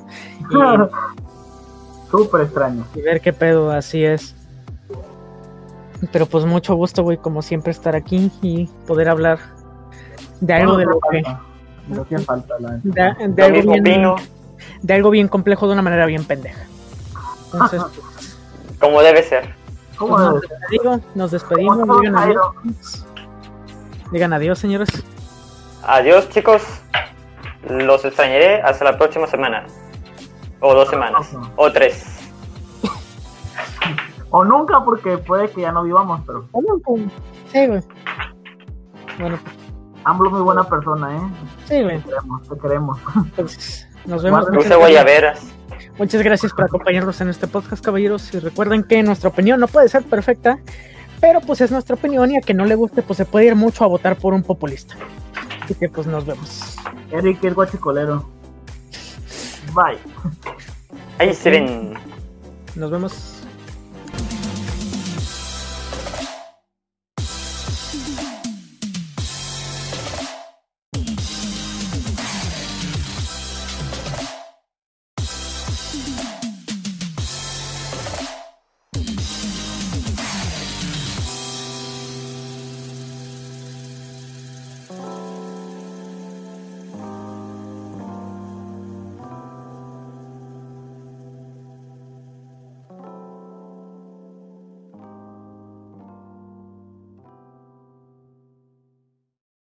Y, súper extraño. Y ver qué pedo, así es. Pero pues mucho gusto, güey, como siempre, estar aquí y poder hablar de algo no, de no lo falta. que... No tiene falta. La... De, de, Lo algo mismo bien, opino. de algo bien complejo de una manera bien pendeja. Entonces, como debe ser. ¿Cómo pues, debe nos, ser? despedimos, nos despedimos, ¿Cómo digan todo adiós. Digan adiós, señores. Adiós, chicos. Los extrañaré hasta la próxima semana. O dos semanas. O tres. O nunca, porque puede que ya no vivamos, pero... Sí, güey. Bueno, AMLO muy buena persona, ¿eh? sí, güey. Te queremos, te queremos. Pues, nos vemos. Guarda- Dulce guayaberas. Muchas gracias por acompañarnos en este podcast, caballeros. Y recuerden que nuestra opinión no puede ser perfecta, pero pues es nuestra opinión y a que no le guste, pues se puede ir mucho a votar por un populista. Así que pues nos vemos. Eric es guachicolero. Bye. Ahí se ven. Nos vemos.